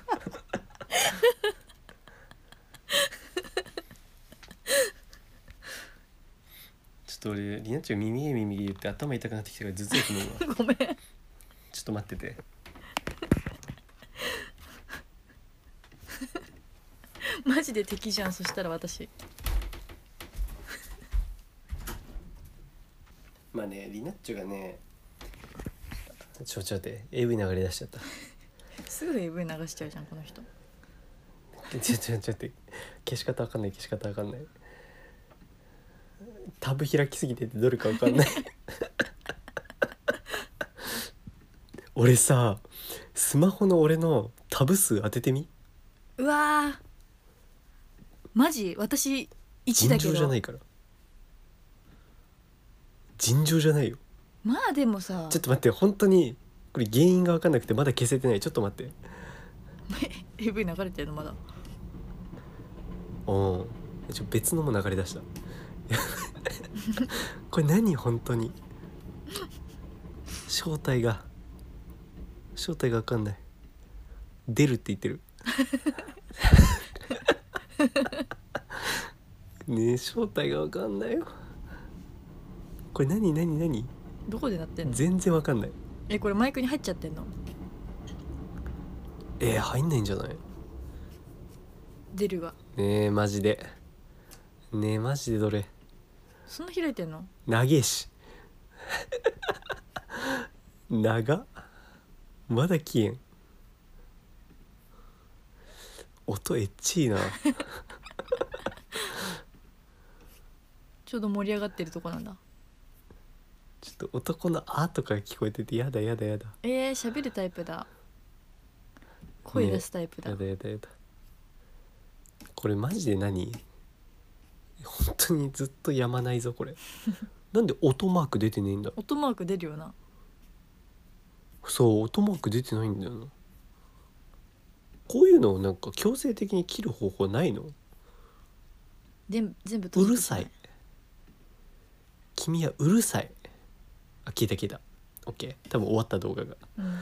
ちょっと俺りなっちゃん耳毛耳毛言って頭痛くなってきたから頭痛薬飲むわ。 ごめん。 ちょっと待ってて。 マジで敵じゃん。そしたら私。 まあねリナッチョがねちょっと待って AV 流れ出しちゃった。 すぐ AV 流しちゃうじゃんこの人。 ちょっと待って消し方わかんないタブ開きすぎててどれかわかんない。俺さスマホの俺のタブ数当ててみ。 うわーマジ私1だけど。 尋常じゃないから。尋常じゃないよ。 まあでもさちょっと待って本当にこれ原因が分かんなくてまだ消せてない。ちょっと待って。 AV 流れてるのまだ。 別のも流れ出した。これ何本当に正体が分かんない。出るって言ってる。ねえ正体が分かんないよ。これ何どこでなってんの？ 全然分かんない。 これマイクに入っちゃってんの？ 入んないんじゃない？ 出るがねえマジでどれそんな開いてんの？ 長えし。長っまだ消えん。音エッチいな。 ちょうど盛り上がってるとこなんだ。 ちょっと男の「あ」とか聞こえててやだ。 喋るタイプだ。声出すタイプだ。 やだ。これマジで何？本当にずっとやまないぞこれ。なんで音マーク出てねえんだ。 音マーク出るよな。 そう音マーク出てないんだよな。こういうのをなんか強制的に切る方法ないの？ 全部うるさい。君はうるさい。聞いた OK 多分終わった動画が、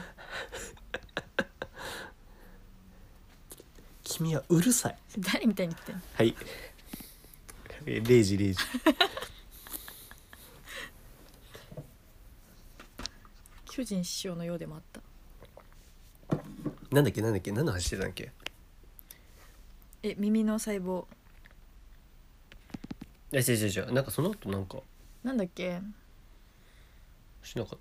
君はうるさい。 誰みたいに言ってんの？ はい0時巨人師匠のようでもあった。 なんだっけ何の話してたんだっけ。 耳の細胞。 違うなんかその後なんかなんだっけしなかった？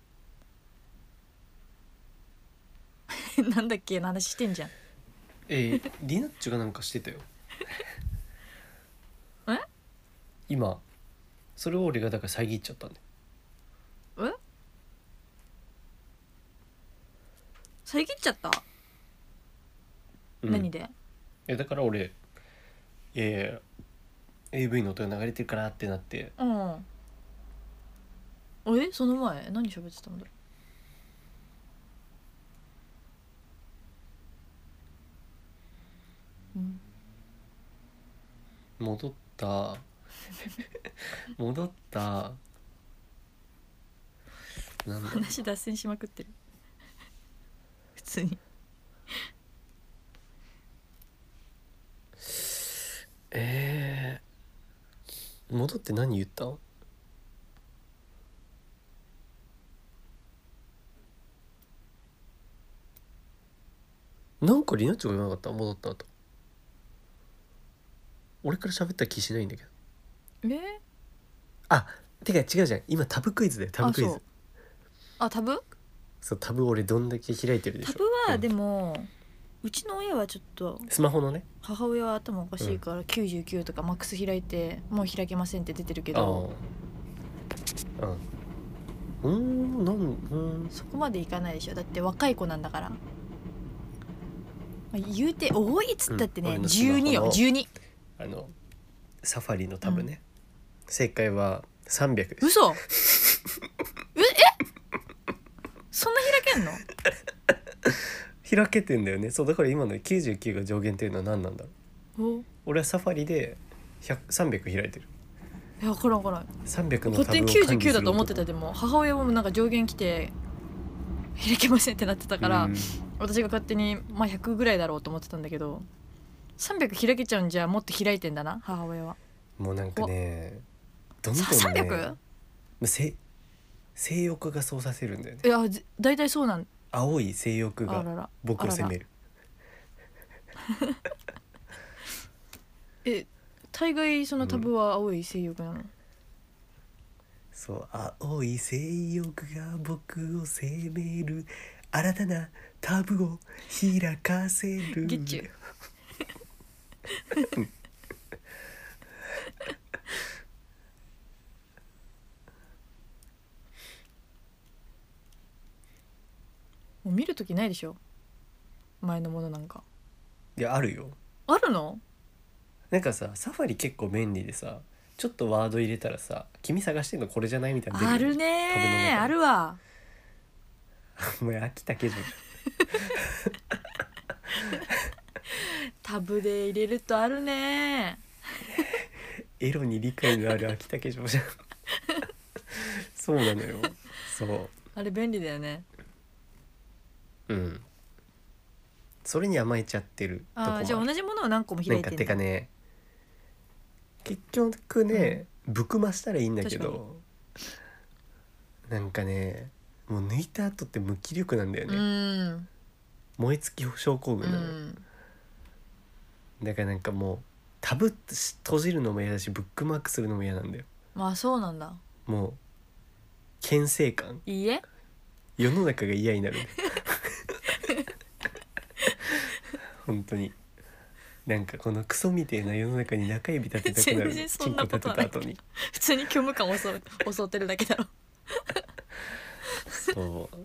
なんだっけの話してんじゃん。 リナッチョがなんかしてたよ。今それを俺がだから遮っちゃったんだよ。 遮っちゃった、何で？ だから俺AV の音が流れてるからってなって。 その前何喋ってたんだろう。戻ったなんだ話脱線しまくってる。普通に戻って何言った？なんかリナッチョが言わなかった？戻った後俺から喋った気しないんだけど。てか違うじゃん今タブクイズだよ。タブクイズ。 タブ？ そうタブ俺どんだけ開いてるでしょ。 タブはでも、うちの親はちょっとスマホのね母親は頭おかしいから99とかマックス開いてもう開けませんって出てるけど、 そこまでいかないでしょ。だって若い子なんだから、まあ、言うて多いっつったってね、12よ12。 サファリのタブね、正解は300です。 嘘そんな開けんの？ 開けてんだよね。そうだから今の99が上限っていうのは何なんだろう。俺はサファリで300開いてる。 いや分からん 300のタブを管理する。 勝手に99だと思ってた。でも母親もなんか上限来て開けませんってなってたから、私が勝手にまあ100ぐらいだろうと思ってたんだけど、300開けちゃうんじゃもっと開いてんだな母親は。 もうなんかね、どんどんね 300？ 性欲がそうさせるんだよね。 いや大体そうなん。 青い性欲が僕を責める。 大概そのタブは青い性欲なの？ そう、青い性欲が僕を責める、新たなタブを開かせる。 ゲッチュもう見るときないでしょ前のものなんか。 いやあるよ。 あるの？ なんかさ、サファリ結構便利でさ、ちょっとワード入れたらさ、君探してんのこれじゃないみたいなの出るよ。 あるねー、あるわ。 お前秋田けじゃん。 タブで入れるとあるねエロに理解のある秋田けじゃん。そうなのよ。そう。 あれ便利だよね。 それに甘えちゃってるとこもある。 じゃあ同じものを何個も開いてんだ。 なんかてかね、結局ね、ぶくましたらいいんだけど、なんかね、もう抜いた後って無気力なんだよね。燃え尽き症候群なのよ。だからなんかもうタブ閉じるのも嫌だし、ブックマークするのも嫌なんだよ。 まあそうなんだ。 もう牽制感、 いいえ、 世の中が嫌になるね。本当になんかこのクソみてえな世の中に中指立てたくなる。 全然そチンコ立んなことはないてた後に。 普通に虚無感を襲ってるだけだろ。 そう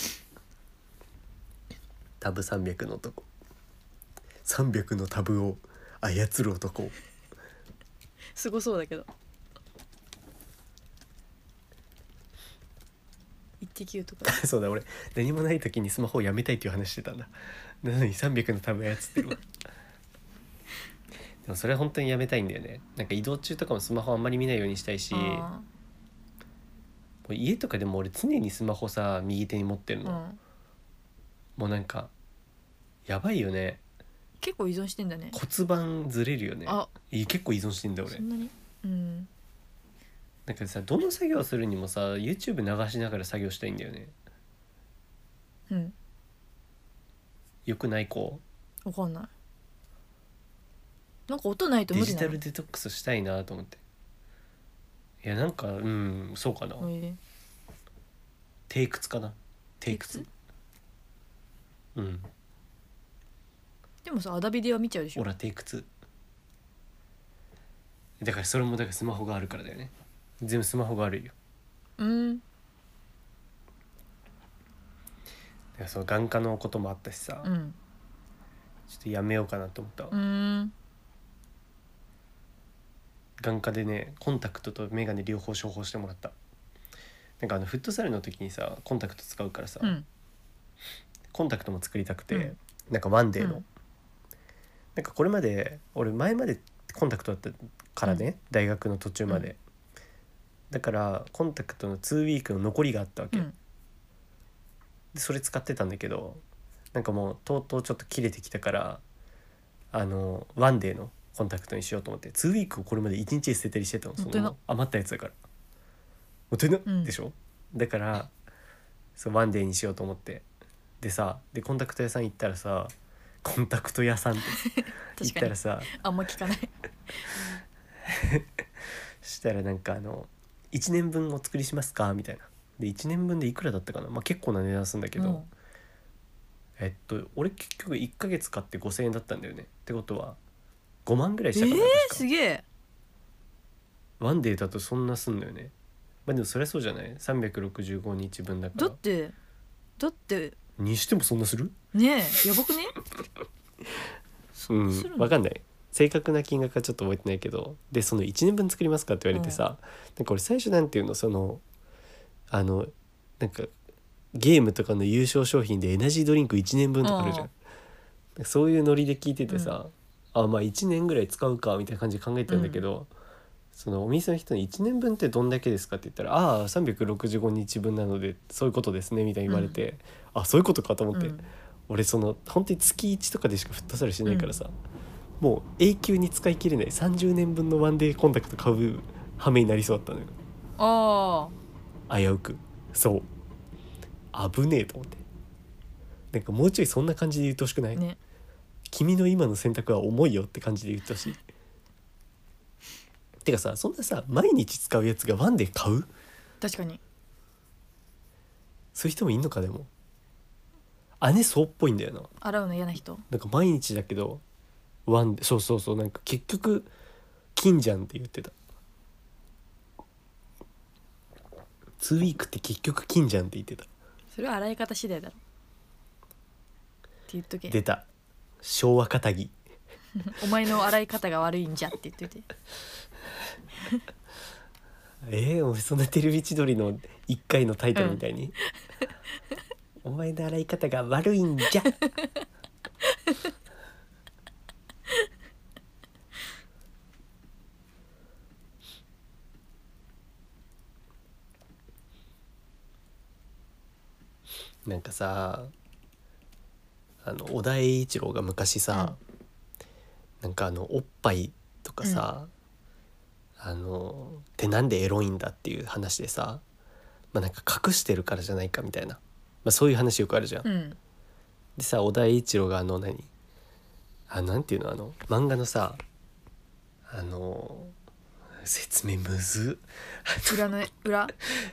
タブ300の男、300のタブを操る男。 すごそうだけど。1.9とか。 そうだ、俺何もない時にスマホをやめたいっていう話してたんだ。なのに300のタブ操ってるわ。でもそれは本当にやめたいんだよね。なんか移動中とかもスマホあんまり見ないようにしたいし、もう家とかでも俺常にスマホさ右手に持ってるの、もうなんかやばいよね。 結構依存してんだね。 骨盤ずれるよね。結構依存してんだ俺。 そんなに？ なんかさ、どの作業するにもさ YouTube 流しながら作業したいんだよね。よくない子？ わかんない。なんか音ないと無理なの？ デジタルデトックスしたいなと思って。いやなんかそうかな。低屈かな。低屈。 でもさアダビデは見ちゃうでしょ。 ほら低屈。だからそれもだからスマホがあるからだよね。全部スマホが悪いよ。だからその眼科のこともあったしさ、ちょっとやめようかなと思ったわ。眼科でね、コンタクトとメガネ両方処方してもらった。なんかフットサルの時にさコンタクト使うからさ、コンタクトも作りたくて、なんかワンデーの、なんかこれまで俺前までコンタクトだったからね、大学の途中まで、だからコンタクトの2ウィークの残りがあったわけ、でそれ使ってたんだけど、なんかもうとうとうちょっと切れてきたから、ワンデーのコンタクトにしようと思って、2ウィークをこれまで1日で捨てたりしてたの。その余ったやつだからもったいな、でしょ。だからそうワンデーにしようと思って、でコンタクト屋さん行ったらさ、コンタクト屋さんって行ったらさあんま聞かない。 したらなんか1年分お作りしますかみたいな。で1年分でいくらだったかな、結構な値段するんだけど、俺結局1ヶ月買って5000円だったんだよね。ってことは5万ぐらいしたかな。 すげえ。 ワンデーだとそんなすんのよね。 まあでもそりゃそうじゃない、365日分だから。 だってにしてもそんなする？ ねえやばくね？ うん分かんない、正確な金額はちょっと覚えてないけど、でその1年分作りますかって言われてさ、なんか俺最初なんていうの、そのなんかゲームとかの優勝商品でエナジードリンク1年分とかあるじゃん、そういうノリで聞いててさ、あまあ1年ぐらい使うかみたいな感じで考えてたんだけど、そのお店の人に1年分ってどんだけですかって言ったら、ああ365日分なのでそういうことですねみたいに言われて、あそういうことかと思って、俺その本当に月1とかでしかフットサルしないからさ、もう永久に使い切れない30年分のワンデーコンタクト買う羽目になりそうだったのよ。危うく。そう危ねえと思って、なんかもうちょいそんな感じで言ってほしくない、 ね、 君の今の選択は重いよって感じで言ってほしい。てかさ、そんなさ毎日使うやつがワンデー買う？ 確かにそういう人もいんのか。でも姉そうっぽいんだよな。 洗うの嫌な人、 なんか毎日だけどワンデー、そうなんか結局金じゃんって言ってた。2ウィークって結局金じゃんって言ってた。 それは洗い方次第だろって言っとけ。 出た昭和かたぎお前の洗い方が悪いんじゃって言っといてお前そんなテレビ千鳥の1回のタイトルみたいに、お前の洗い方が悪いんじゃなんかさ、小田栄一郎が昔さ、なんかおっぱいとかさ、ってなんでエロいんだっていう話でさ、なんか隠してるからじゃないかみたいな、そういう話よくあるじゃん。でさ、小田栄一郎がなんていうの、漫画のさ、説明むず裏の裏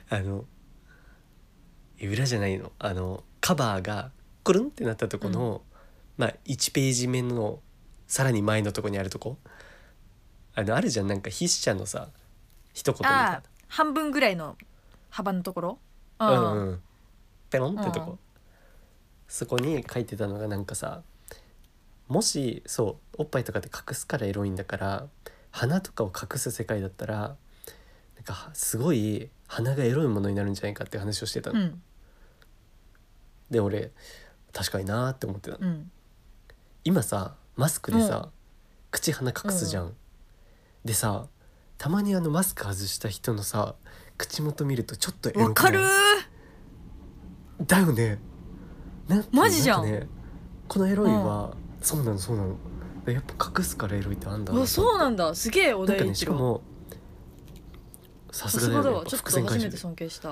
裏じゃないの、カバーがくるんってなったとこの、1ページ目のさらに前のとこにあるとこ、あるじゃん、なんか筆者のさ一言みたいな、 半分ぐらいの幅のところ、 ペロンってとこ、そこに書いてたのがなんかさ、もしそうおっぱいとかで隠すからエロいんだから、鼻とかを隠す世界だったらなんかすごい鼻がエロいものになるんじゃないかって話をしてたの、で俺確かになーって思ってたの、今さマスクでさ、口鼻隠すじゃん、でさたまにマスク外した人のさ口元見るとちょっとエロくない？ わかるだよね。 マジじゃん。 ね、このエロいは、そうなのやっぱ隠すからエロいってあんだな。 そうなんだ、すげえ小田栄一郎。 しかもさすがだよね。 ちょっと初めて尊敬した。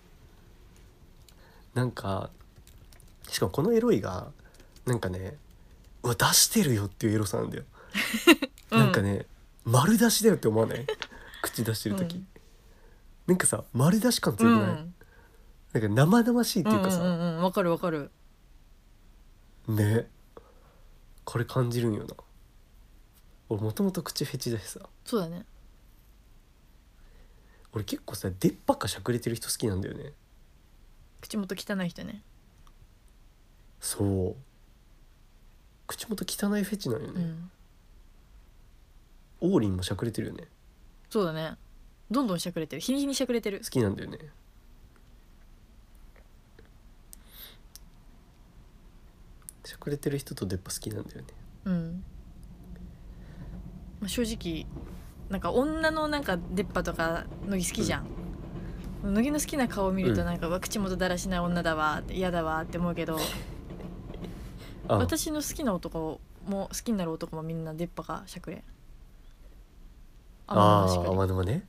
なんかしかもこのエロいがなんかね、出してるよっていうエロさなんだよ、なんかね丸出しだよって思わない？口出してる時、なんかさ丸出し感強くない？なんか生々しいっていうかさ、 わかるわかるね、これ感じるんよな。俺もともと口フェチだしさ。 そうだね。 俺結構さ出っ歯かしゃくれてる人好きなんだよね。 口元汚い人ね。 そう口元汚いフェチなんよね、王林もしゃくれてるよね。 そうだね、どんどんしゃくれてる、日に日にしゃくれてる。 好きなんだよね。しゃくれてる人と出っ歯好きなんだよね。 正直なんか女のなんか出っ歯とか乃木好きじゃん、乃木の好きな顔を見るとなんか、口元だらしない女だわ嫌だわって思うけど私の好きな男も好きになる男もみんな出っ歯がしゃくれ。 まあでもね、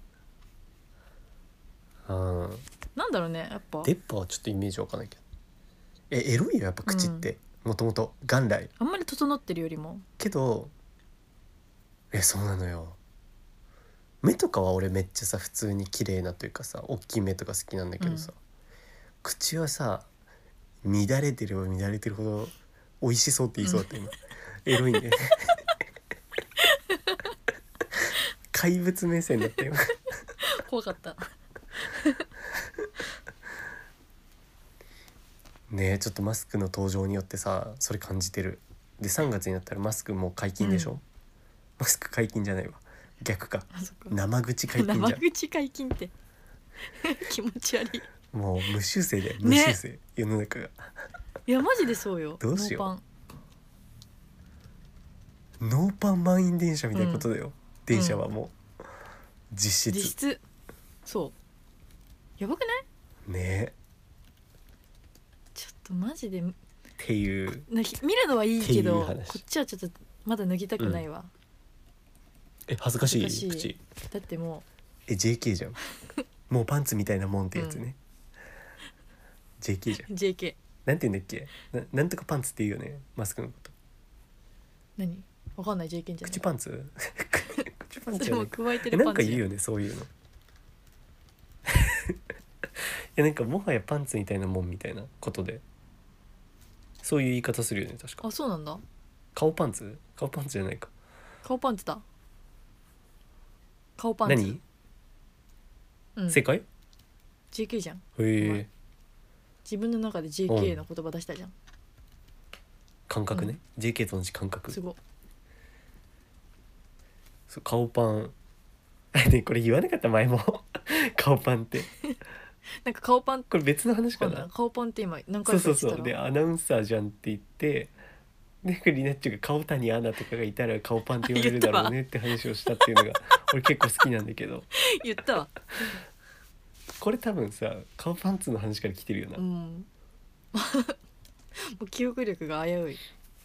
なんだろうね、やっぱ出っ歯はちょっとイメージわかんないけど、エロいよやっぱ口って、もともと元来あんまり整ってるよりもけど、そうなのよ。目とかは俺めっちゃさ普通に綺麗なというかさ、大きい目とか好きなんだけどさ、口はさ乱れてれば乱れてるほど美味しそうって言いそうだった今、エロいね怪物目線だったよ怖かったねえ、ちょっとマスクの登場によってさそれ感じてる。で3月になったらマスクもう解禁でしょ、マスク解禁じゃないわ、逆か、 あそっか生口解禁じゃん。 生口解禁って気持ち悪い。 もう無修正で無修正、世の中が。 いやマジでそうよ。 どうしようノーパン。 ノーパン満員電車みたいなことだよ、電車はもう実質実質そうやばくない？ ねえちょっとマジでっていう見るのはいいけどっていう話こっちはちょっとまだ脱ぎたくないわ、 恥ずかしい恥ずかしい口だっても JK じゃんもうパンツみたいなもんってやつね、JK じゃん。 う JK なんて言うんだっけ、なんとかパンツって言うよねマスクのこと。 何わかんない JK じゃない口パンツ口パンツそれもじゃない加えてるパンチなんか言うよねそういうのいやなんかもはやパンツみたいなもんみたいなことでそういう言い方するよね確か。 あそうなんだ。 顔パンツじゃないか。 顔パンツだ。顔パンツ何、 うん正解 JK じゃん。 へえ自分の中で JK の言葉出したじゃん。 感覚ね、JK と同じ感覚。 すごい。 そう顔パンねこれ言わなかった前も顔パンってなんか顔パンこれ別の話かな。 顔パンって今何そう回か言ってたらそうそうでアナウンサーじゃんって言ってでリナッチョが顔谷アナとかがいたら顔パンって言われるだろうねって話をしたっていうのが俺結構好きなんだけど言ったわ。 これ多分さ顔パンツの話から来てるよな、 もう記憶力が危うい。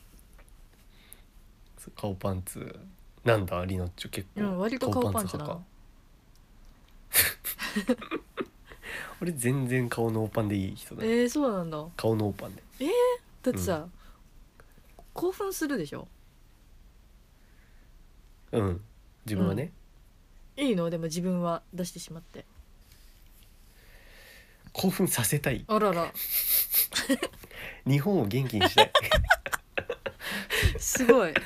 そう顔パンツなんだリナッチョ結構割と顔パンツだな。 か俺全然顔ノーパンでいい人だ、 そうなんだ。 顔ノーパンでだってさ、興奮するでしょ。 うん自分はね、 いいのでも自分は出してしまって。 興奮させたい、 あらら日本を元気にしたいすごい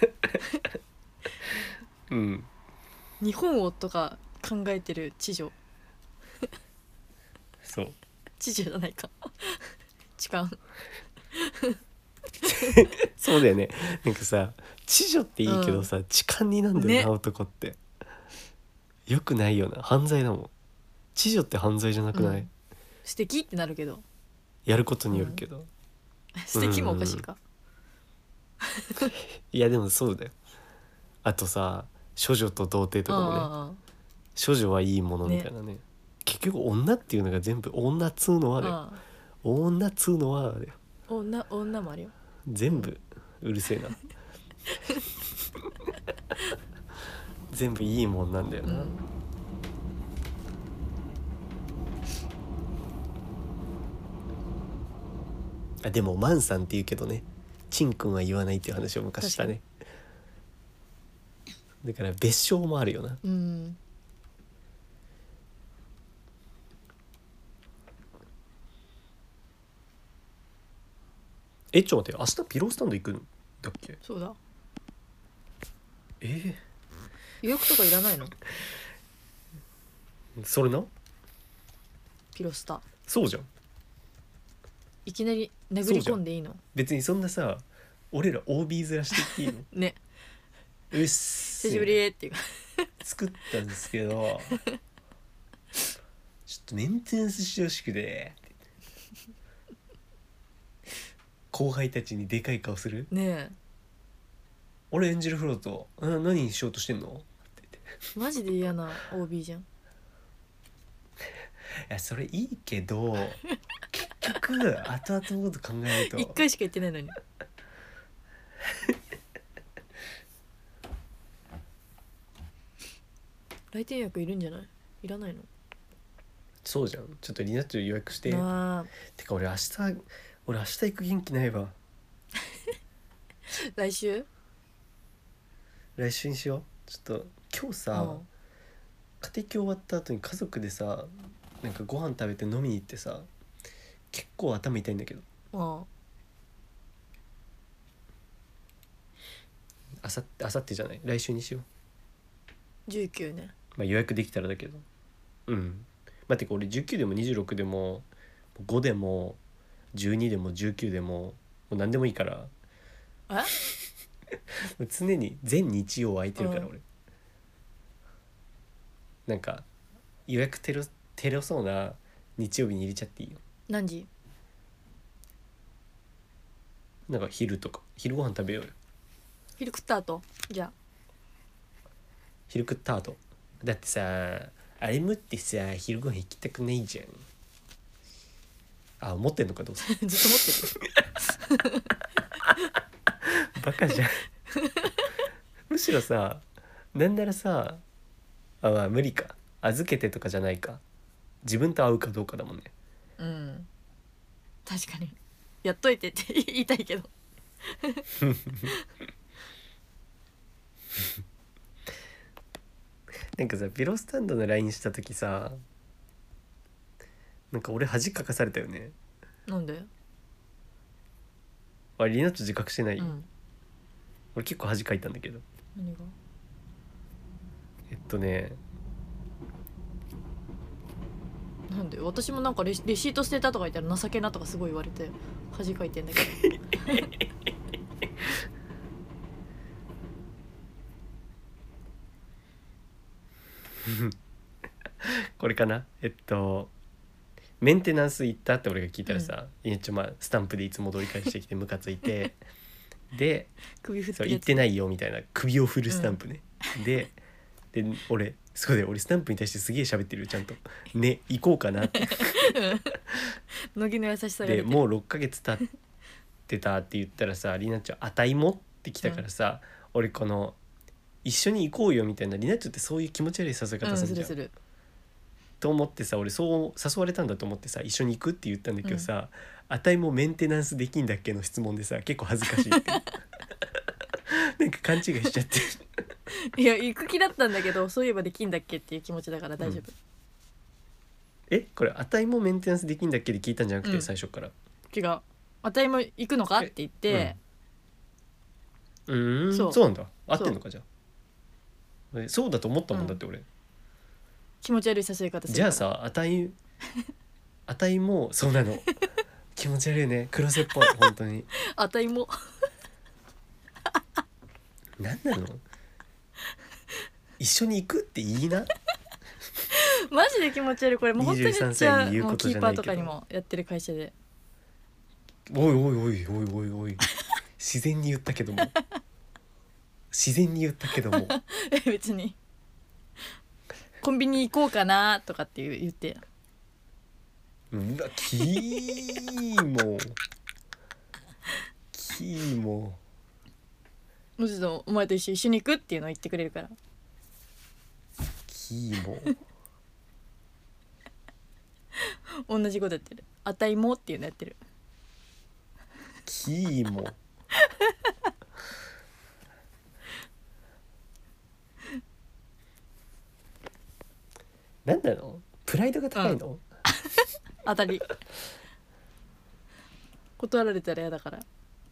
うん日本をとか考えてる知女そう知女じゃないか痴漢そうだよねなんかさ知女っていいけどさ、痴漢になんだよな、 ね男ってよくないよな、犯罪だもん。知女って犯罪じゃなくない、 素敵ってなるけどやることによるけど、 素敵もおかしいか。 いやでもそうだよ。あとさ処女と童貞とかもね、処女はいいものみたいなね結局女っていうのが全部女っつうのはだよ、女っつうのはだよ、 女もあるよ全部うるせえな全部いいもんなんだよな、あでもマンさんって言うけどねチンくんは言わないっていう話を昔したね。だから別称もあるよな。ちょっと待って明日ピロースタンド行くんだっけ。 そうだ。 予約とかいらないの？ それなピロスタそうじゃん。 いきなり殴り込んでいいの？ 別にそんなさ俺ら OB 面していいのね。 うっす久しぶりっていうか作ったんですけどちょっとメンテナンスしてほしくて後輩たちにでかい顔するねえ。 俺エンジェルフロート何しようとしてんのって言ってマジで嫌な OB じゃん。 いやそれいいけど結局後々のこと考えると 1回しか言ってないのに来店役いるんじゃない？いらないの？ そうじゃん。ちょっとリナッチョ予約して。てか俺明日行く元気ないわ来週にしよう。ちょっと今日さ、家庭教終わった後に家族でさなんかご飯食べて飲みに行ってさ結構頭痛いんだけどあさってじゃない来週にしよう。 19ね。 まあ予約できたらだけど待ってか俺19でも26でも5でも12でも19でもう何でもいいから常に全日曜空いてるから俺、なんか予約テロそうな日曜日に入れちゃっていいよ。 何時？ なんか昼とか昼ご飯食べようよ。 昼食った後じゃあ昼食った後だってさあれもってさ昼ご飯行きたくないじゃん。あ、持ってんのかどうせずっと持ってるバカじゃんむしろさなんならさまあ無理か預けてとかじゃないか自分と会うかどうかだもんね。 うん確かにやっといてって言いたいけどなんかさピロスタンドの LINE した時さなんか俺恥かかされたよね。 なんで？ あれリナッチ自覚してない、 うん俺結構恥かいたんだけど何が？ ねなんで私もなんかレシート捨てたとか言ったら情けなとかすごい言われて恥かいてんだけどこれかなメンテナンス行ったって俺が聞いたらさ、いやまあスタンプでいつも通り返してきてムカついてで首振ってそう言ってないよみたいな首を振るスタンプね、で俺そうだよ俺スタンプに対してすげえ喋ってるよちゃんとね行こうかなって乃木の優しさが出てるでもう6ヶ月経ってたって言ったらさリナッチョあたいもってきたからさ、俺この一緒に行こうよみたいなリナッチョってそういう気持ち悪い誘い方するじゃん、 すると思ってさ俺そう誘われたんだと思ってさ一緒に行くって言ったんだけどさ、あたいもメンテナンスできんだっけの質問でさ結構恥ずかしいってなんか勘違いしちゃっていや行く気だったんだけどそういえばできんだっけっていう気持ちだから大丈夫、 これあたいもメンテナンスできんだっけで聞いたんじゃなくて、最初から違うあたいも行くのかって言って、 そうなんだ合ってんのかじゃあそうだと思ったもんだって俺、 気持ち悪い誘い方するからじゃあさあたいもそうなの気持ち悪いね黒瀬っぽい本当にあたいもなんなの一緒に行くっていいなマジで気持ち悪いこれもう本当に 23歳に言うことじゃないけどもうキーパーとかにもやってる会社でおいおいおいおいおいおい自然に言ったけども別にコンビニ行こうかなとかって言ってうわキーモもうちょっとお前と一緒に行くっていうのを言ってくれるからキーモ同じことやってるあたいもっていうのやってるキーモなんなのプライドが高いの、 当たり断られたら嫌だから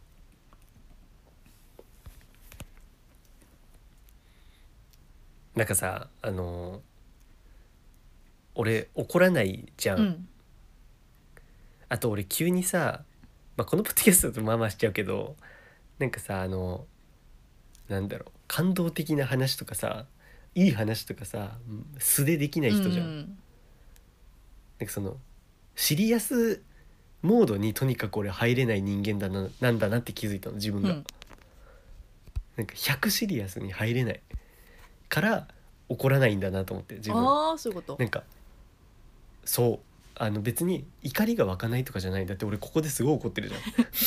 なんかさ俺怒らないじゃん、あと俺急にさ、このポッドキャストだとまあまあしちゃうけどなんかさなんだろう感動的な話とかさいい話とかさ素でできない人じゃん、なんかそのシリアスモードにとにかく俺入れない人間なんだなって気づいたの自分が、なんか100シリアスに入れないから怒らないんだなと思って自分ああそういうことなんかそう別に怒りが湧かないとかじゃないだって俺ここですごい怒ってるじゃ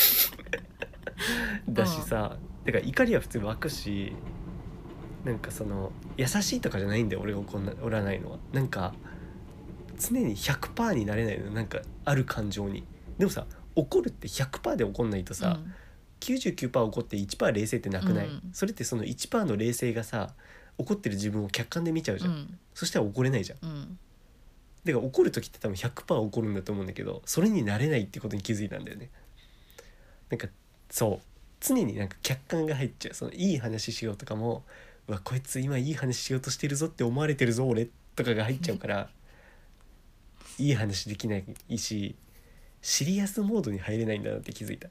んだしさだから怒りは普通湧くしなんかその優しいとかじゃないんだよ俺が怒らないのはなんか常に 100% になれないのなんかある感情にでもさ怒るって 100% で怒んないとさ、99% 怒って 1% 冷静ってなくない、それってその 1% の冷静がさ怒ってる自分を客観で見ちゃうじゃん、そしたら怒れないじゃん、だから怒る時って多分 100% 怒るんだと思うんだけどそれになれないってことに気づいたんだよね。なんかそう常になんか客観が入っちゃうそのいい話しようとかもこいつ今いい話しようとしてるぞって思われてるぞ俺とかが入っちゃうからいい話できないし、シリアスモードに入れないんだなって気づいた。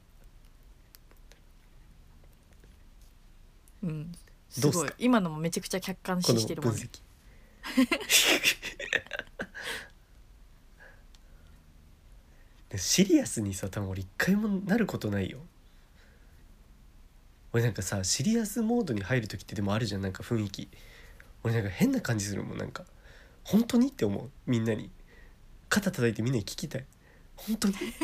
うんすどうすかごい今のもめちゃくちゃ客観この視してるもんね。 分析シリアスにさ多分俺一回もなることないよ。俺なんかさシリアスモードに入る時ってでもあるじゃん、なんか雰囲気。俺なんか変な感じするもん、なんか本当にって思う。みんなに肩叩いてみんなに聞きたい、本当にって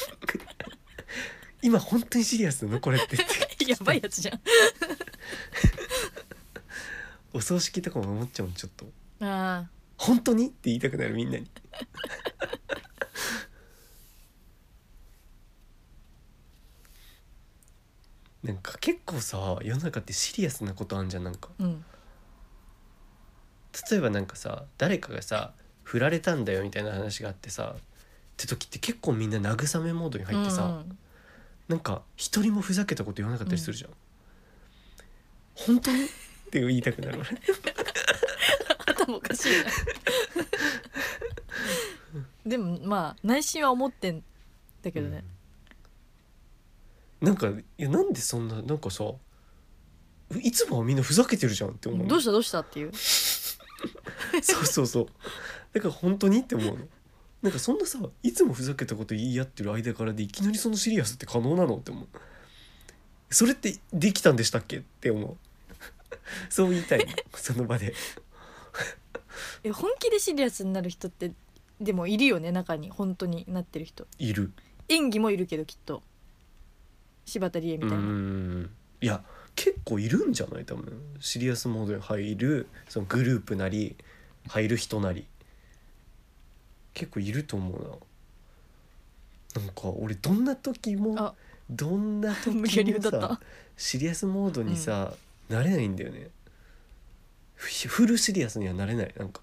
今本当にシリアスなのこれってやばいやつじゃん。 お葬式とかも思っちゃうもん、ちょっとあ本当にって言いたくなるみんなになんか結構さ世の中ってシリアスなことあんじゃん。なんかうん例えばなんかさ誰かがさ振られたんだよみたいな話があってさって時って結構みんな慰めモードに入ってさ、 うんなんか一人もふざけたこと言わなかったりするじゃん、本当にって言いたくなる俺頭おかしいなでもまあ内心は思ってんだけどね、 なんかいやなんでそんななんかさいつもはみんなふざけてるじゃんって思うの。 どうしたどうしたっていうそうそうそうだから本当にって思うの。なんかそんなさいつもふざけたこと言い合ってる間からでいきなりそのシリアスって可能なのって思う。それってできたんでしたっけって思うそう言いたいのその場で本気でシリアスになる人ってでもいるよね、中に本当になってる人。 いる。 演技もいるけどきっと柴田理恵みたいな。 いや結構いるんじゃない多分シリアスモードに入るそのグループなり入る人なり結構いると思うな。なんか俺どんな時も無理やり歌ったさシリアスモードにさ、なれないんだよね。フルシリアスにはなれない。なんか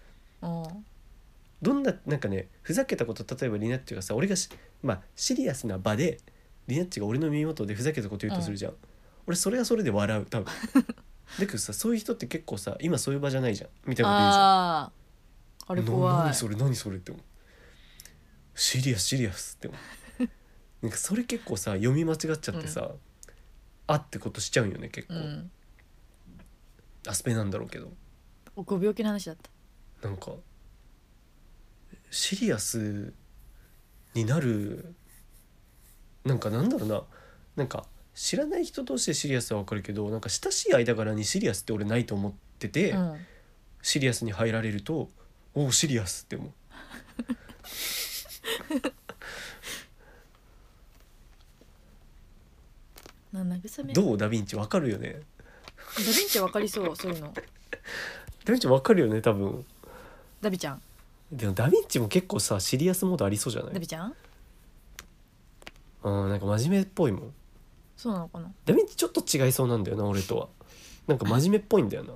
どんななんかねふざけたこと例えばリナッチがさ俺がまあシリアスな場でリナッチが俺の耳元でふざけたこと言うとするじゃん、俺それはそれで笑う多分だけどさそういう人って結構さ今そういう場じゃないじゃんみたいなこと言うじゃん。 あれ怖い。 何それ何それって思う。シリアスって思うなんかそれ結構さ読み間違っちゃってさ、あってことしちゃうんよね結構、アスペなんだろうけどご病気の話だった。 なんかシリアスになるなんかなんだろうな、なんか知らない人同士でシリアスは分かるけどなんか親しい間柄にシリアスって俺ないと思ってて、シリアスに入られるとおシリアスって思う慰めどうダヴィンチ分かるよね。 ダヴィンチ分かりそうそういうの。 ダヴィンチ分かるよね多分。 ダビちゃんでもダヴィンチも結構さシリアスモードありそうじゃない。 ダビちゃんなんか真面目っぽいもん。 そうなのかな。 ダヴィンチちょっと違いそうなんだよな俺とは。なんか真面目っぽいんだよな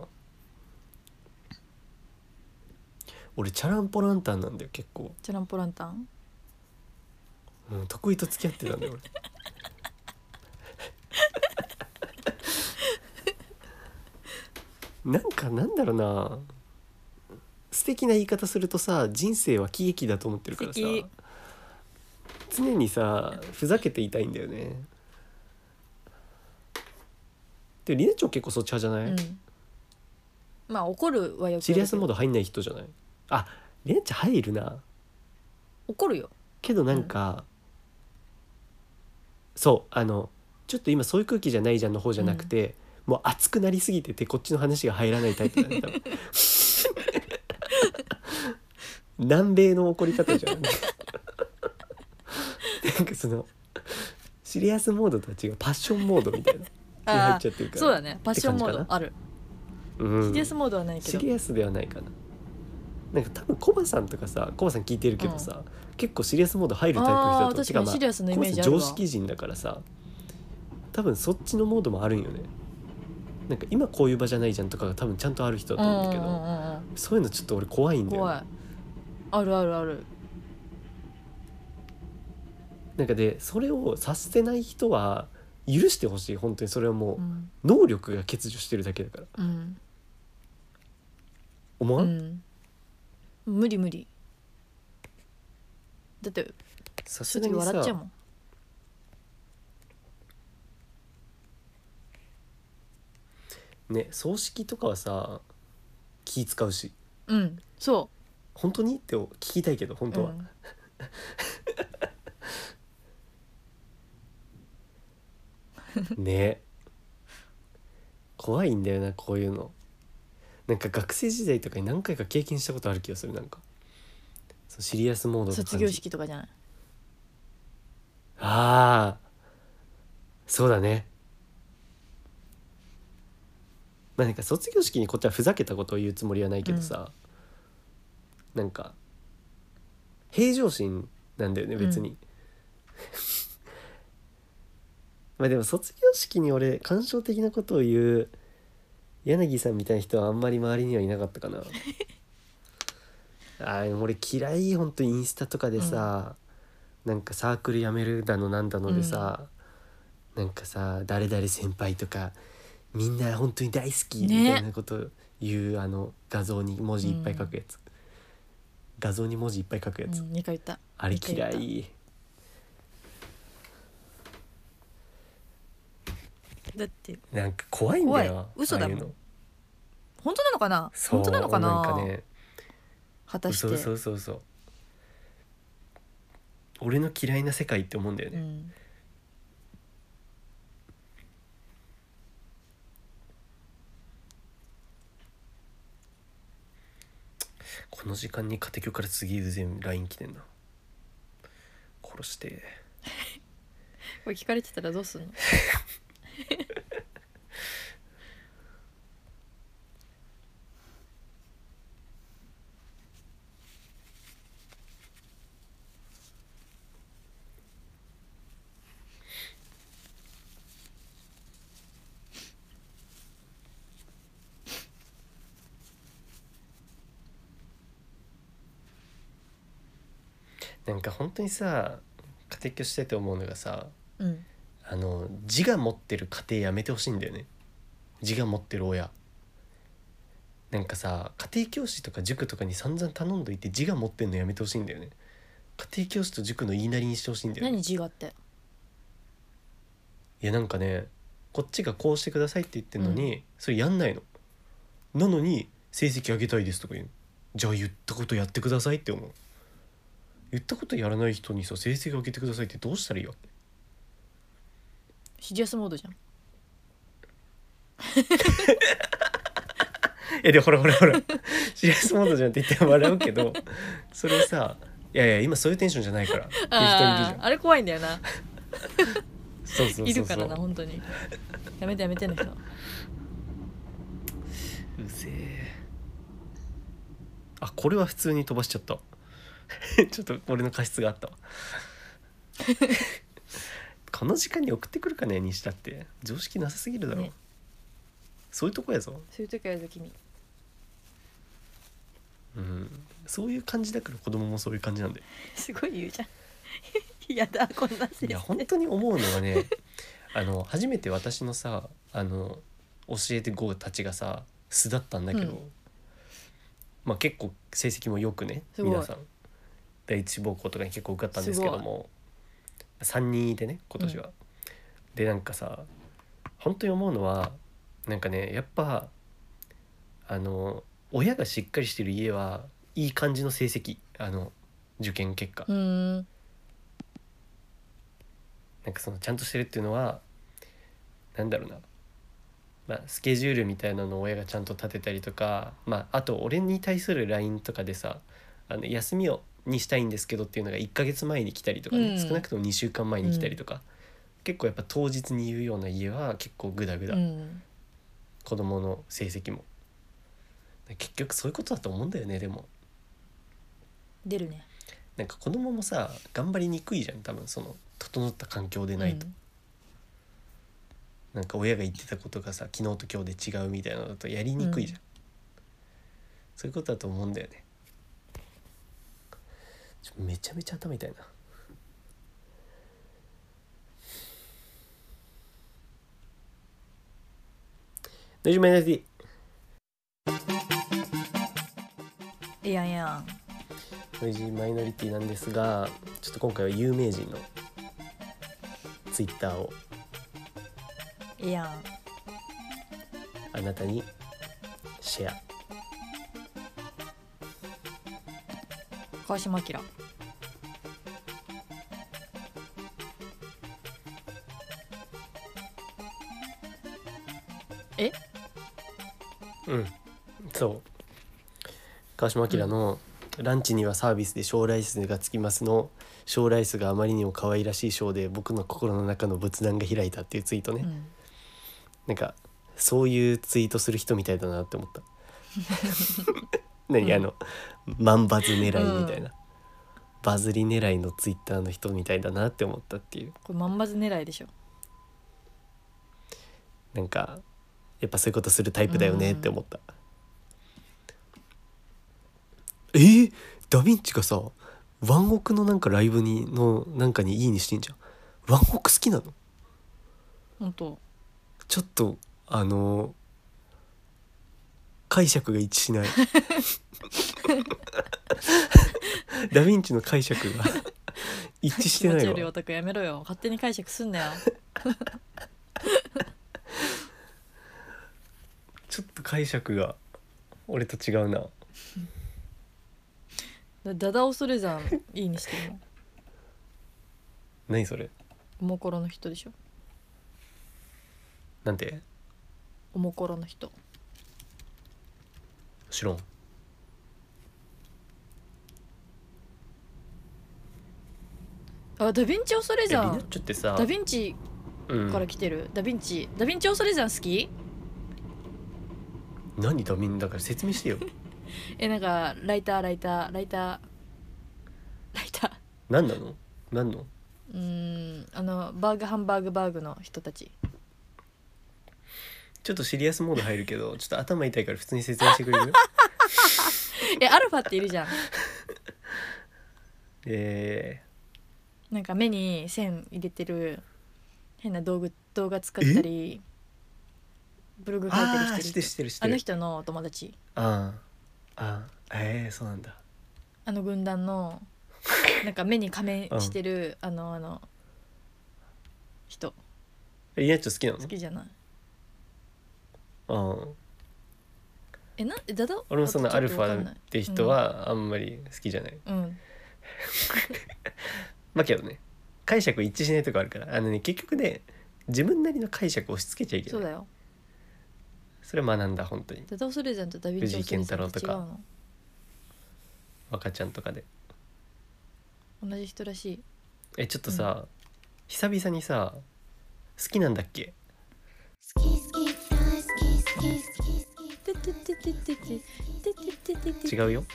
俺チャランポランタンなんだよ結構。 チャランポランタン得意と付き合ってたんだよ俺なんかなんだろうな、素敵な言い方するとさ人生は喜劇だと思ってるからさ常にさふざけていたいんだよね。でリナチョウ結構そっち派じゃない、 まあ怒るはよくシリアスモード入んない人じゃない。あリナチョウ入るな。 怒るよけどなんか、そうちょっと今そういう空気じゃないじゃんの方じゃなくて、もう熱くなりすぎててこっちの話が入らないタイプだね多分南米の怒り方じゃんなんかそのシリアスモードとは違うパッションモードみたいなに入っちゃってるから。 そうだねパッションモードある。シリアスモードはないけどシリアスではないかな。なんか多分コバさんとかさコバさん聞いてるけどさ、結構シリアスモード入るタイプの人だと確かにシリアスのイメージあるわ。 常識人だからさ多分そっちのモードもあるんよね。なんか今こういう場じゃないじゃんとかが多分ちゃんとある人だと思うんだけど、そういうのちょっと俺怖いんだよ、ね、 怖い。あるあるある。 なんかでそれをさせてない人は許してほしい。本当にそれはもう能力が欠如してるだけだから、思わん、 無理無理。 だってさすそういう時がにさ笑っちゃうもん。 ね、葬式とかはさ気使うし、 うんそ本当にって聞きたいけど本う、 当は、ね、怖いんだよなこういうの。なんか学生時代とかに何回か経験したことある気がする。なんかそうシリアスモードの感じ。 卒業式とかじゃない。 ああそうだね。まあなんか卒業式にこっちはふざけたことを言うつもりはないけどさ、なんか平常心なんだよね別に、まあでも卒業式に俺感傷的なことを言う柳さんみたいな人はあんまり周りにはいなかったかな俺嫌い本当にインスタとかでさ、なんかサークル辞めるだのなんだのでさ、なんかさ誰々先輩とかみんな本当に大好きみたいなこと言う、あの画像に文字いっぱい書くやつ、画像に文字いっぱい書くやつ、 2回言った。 あれ嫌い。 だってなんか怖いんだよ。 怖い嘘だもんああいうの。 本当なのかな、 そう本当なのかな、 なんかね、 果たして。 そう俺の嫌いな世界って思うんだよね、この時間に家庭教から次全 LINE 来てんな。殺してこれ聞かれてたらどうすんのなんか本当にさ家庭教してて思うのがさ、 うん、 自我持ってる家庭やめてほしいんだよね。自我持ってる親なんかさ、家庭教師とか塾とかに散々頼んどいて自我持ってんのやめてほしいんだよね。家庭教師と塾の言いなりにしてほしいんだよね。 何自我って。 いやなんかね、こっちがこうしてくださいって言ってんのに、それやんないの。なのに成績上げたいですとか言う。じゃあ言ったことやってくださいって思う。言ったことやらない人にさ成績上げてくださいってどうしたらいいわけ。 シリアスモードじゃん。 でほらシリアスモードじゃんって言って笑うけど、それさ、いや今そういうテンションじゃないからっていう人いるじゃん。 あれ怖いんだよなそういるからな本当に。やめての人。 うぜえ。あ、これは普通に飛ばしちゃったちょっと俺の過失があったわこの時間に送ってくるかね西田って。常識なさすぎるだろ、ね、そういうとこやぞ。 そういう時はやぞ君。 そういう感じだから子供もそういう感じなんだよ。 すごい言うじゃんやだこんな先生。 いや本当に思うのはね初めて私のさ教えて子たちがさ巣だったんだけど、まあ結構成績もよくね、皆さん第一志望校とかに結構受かったんですけども、3人いてね今年は、でなんかさ本当に思うのはなんかね、やっぱ親がしっかりしてる家はいい感じの成績、受験結果なんかそのちゃんとしてるっていうのはなんだろうな、まあ、スケジュールみたいなのを親がちゃんと立てたりとか、まあ、あと俺に対する LINE とかでさ休みにしたいんですけどっていうのが1ヶ月前に来たりとかね、少なくとも2週間前に来たりとか、結構やっぱ当日に言うような家は結構グダグダ、子供の成績も結局そういうことだと思うんだよね。でも出るね。 なんか子供もさ頑張りにくいじゃん多分、その整った環境でないと、なんか親が言ってたことがさ昨日と今日で違うみたいなのだとやりにくいじゃん、そういうことだと思うんだよね。めちゃめちゃ頭痛いな。大丈夫メナディ。 いやいやノイジーマイノリティなんですが、ちょっと今回は有名人のツイッターをいいやん。 あなたにシェア。 川島明。え？ そう川島明の、ランチにはサービスで小ライスがつきますの小ライスがあまりにも可愛らしいショーで僕の心の中の仏壇が開いたっていうツイートね、なんかそういうツイートする人みたいだなって思った何、万バズ狙いみたいな、バズり狙いのツイッターの人みたいだなって思ったっていう。 これ万バズ狙いでしょ。 なんかやっぱそういうことするタイプだよねって思った、ダヴィンチがさワンオクのなんかライブのなんかにいいにしてんじゃん。ワンオク好きなの？ 本当？ ちょっと解釈が一致しないダヴィンチの解釈が一致してないわ。 気持ち悪いオタクやめろよ、勝手に解釈すんなよちょっと解釈が俺と違うな。 ダダオソレザンいいにしてるの何それ？ おもころの人でしょ。 なんて？ おもころの人。 知らん。 あ、ダヴィンチオソレザン。 リナッチョってさダヴィンチから来てる、ダヴィンチオソレザン好き？ 何ダヴィンだから説明してよなんかライター何なの？何の？ バーグハンバーグの人たち。 ちょっとシリアスモード入るけどちょっと頭痛いから普通に説明してくれる？ アルファっているじゃんなんか目に線入れてる変な動画作ったりブログ書いてる人してるあの人のお友達。 そうなんだ。 あの軍団のなんか目に仮面してる、人。 リナッチョ好きなの？ 好きじゃない。ダダ俺もそのアルファって人はあんまり好きじゃない、まあけどね解釈一致しないとこあるから結局ね自分なりの解釈を押し付けちゃいけない。 そうだよ。 それ学んだ本当に。 ダダオソレザンとダヴィンチオソレザンって違うの？ 若ちゃんとかで同じ人らしい。 ちょっとさ、久々にさ好きなんだっけ？違うよ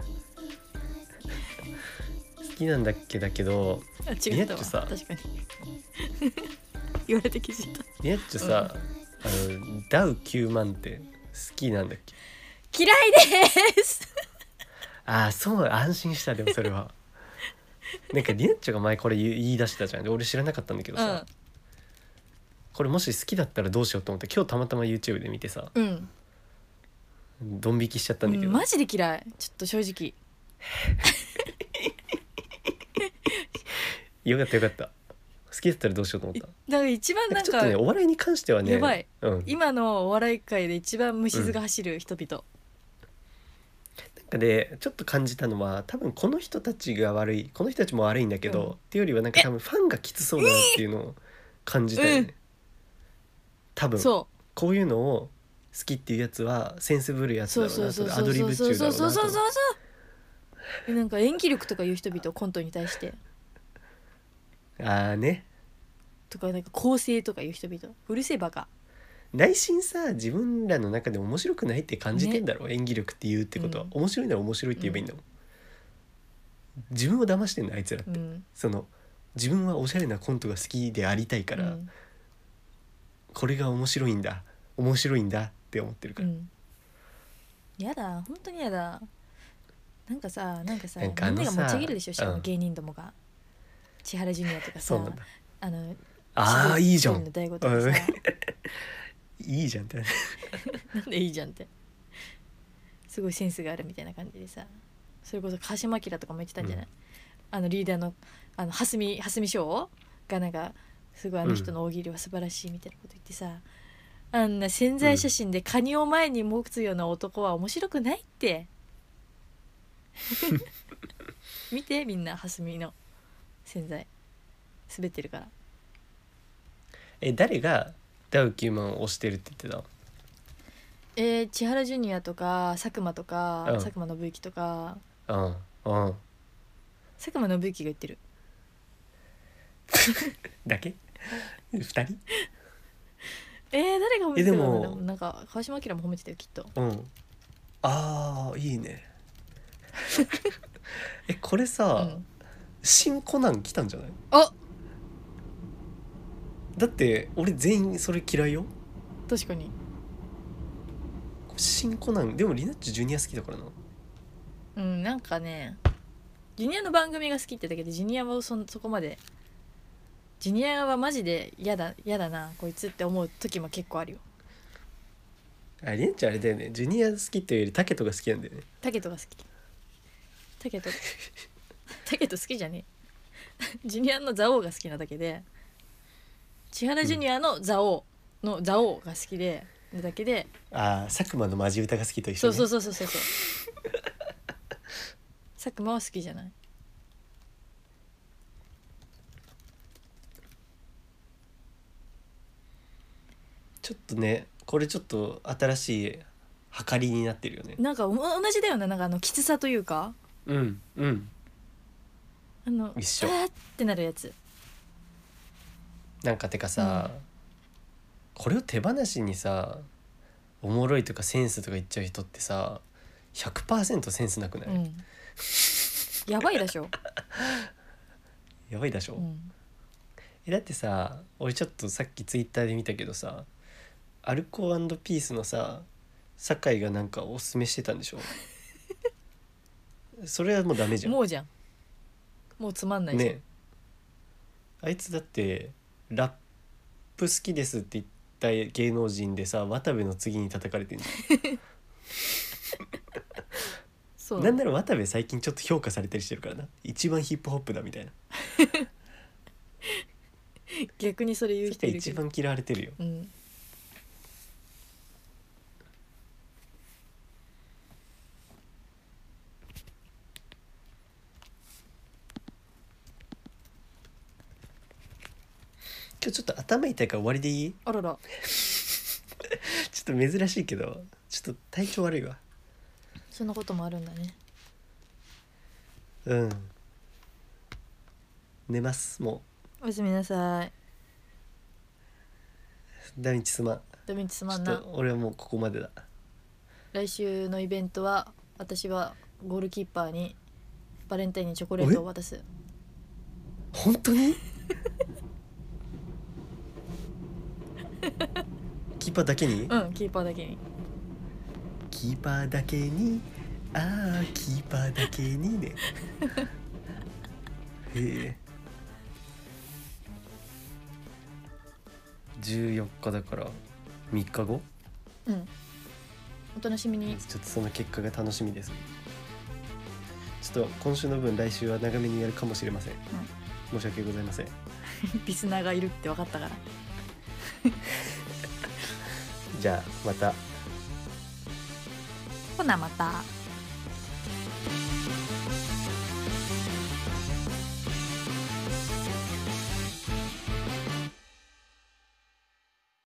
好きなんだっけだけど違ったわさ確かに言われて気づいた。 リナッチョさ、ダウ9万って好きなんだっけ？ 嫌いですそう安心した。でもそれはなんかリナッチョが前これ言い出したじゃん。で俺知らなかったんだけどさ、これもし好きだったらどうしようと思って今日たまたま YouTube で見てさ、ドン引きしちゃったんだけど、 マジで嫌い。ちょっと正直よかったよかった。好きだったらどうしようと思った。 だから一番なんかちょっとねお笑いに関してはねやばい、今のお笑い界で一番虫唾が走る人々、 なんかでちょっと感じたのは多分この人たちが悪い、この人たちも悪いんだけど、っていうよりはなんか多分ファンがきつそうだなっていうのを感じたよね、多分そうこういうのを好きっていうやつはセンスぶるやつだろうなと、アドリブ中だろうなと。 なんか演技力とかいう人々コントに対してねとかなんか構成とかいう人々うるせえバカ。 内心さ自分らの中で面白くないって感じてんだろ、演技力って言うってことは、面白いなら面白いって言えばいいんだもん、自分を騙してんだあいつらって、その自分はおしゃれなコントが好きでありたいから、これが面白いんだって思ってるから、 やだ本当にやだ。なんかさみんなあのさが持ち上げるでしょ、しかも芸人どもが、千原ジュニアとかさ、 いいじゃん大悟とかさいいじゃんってなんでいいじゃんって、すごいセンスがあるみたいな感じでさ、 それこそ鹿島明とかも言ってたんじゃない、リーダーの蓮見翔がなんかすごいあの人の大喜利は素晴らしいみたいなこと言ってさ、あんな宣材写真でカニを前に持つような男は面白くないって見てみんな蓮見の宣材滑ってるから。 誰がダウ9万を推してるって言ってた？千原ジュニアとか佐久間とか、佐久間信之とか、佐久間信之が言ってるだけ2人誰が褒めてるの？ でもなんか川島明も褒めてたよきっと。 ああいいねこれさ、新コナン来たんじゃない？だって俺全員それ嫌いよ。 確かに新コナンでもリナッチジュニア好きだからな。 なんかねジュニアの番組が好きってだけでジュニアはそこまでジュニアはマジで嫌だなこいつって思う時も結構あるよ。 リナッチあれだよね、ジュニア好きっていうよりタケトが好きなんだよね。 タケトが好き。タケト好きじゃねえジュニアのザオが好きなだけで、千原ジュニアのザオが好きで、だけで佐久間のマジ歌が好きと一緒ね。 そう佐久間は好きじゃない。 ちょっとねこれちょっと新しい計りになってるよね。 なんか同じだよね、なんかきつさというか一緒ってなるやつ。 なんかてかさ、これを手放しにさおもろいとかセンスとか言っちゃう人ってさ 100% センスなくない？ やばいでしょやばいでしょ、だってさ俺ちょっとさっきツイッターで見たけどさ、アルコ&ピースのさ酒井がなんかおすすめしてたんでしょそれはもうダメじゃん。 もうつまんないじゃん、 ね。あいつだってラップ好きですって言った芸能人でさ渡部の次に叩かれてんじゃんそうなんなら渡部最近ちょっと評価されたりしてるからな、一番ヒップホップだみたいな逆にそれ言う人いるけど一番嫌われてるよ。今日ちょっと頭痛いから終わりでいい？ あららちょっと珍しいけどちょっと体調悪いわ。 そんなこともあるんだね。 寝ますもう。おやすみなさい。 ダミチすまん。 ダミチすまんな。 ちょっと俺はもうここまでだ。 来週のイベントは私はゴールキーパーにバレンタインにチョコレートを渡す。 本当にキーパーだけに？ キーパーだけに。 キーパーだけにキーパーだけにねへえ14日だから3日後？ お楽しみに。 ちょっとその結果が楽しみです。ちょっと今週の分来週は長めにやるかもしれません、申し訳ございませんリスナーがいるって分かったからじゃあまた。 ほなまた。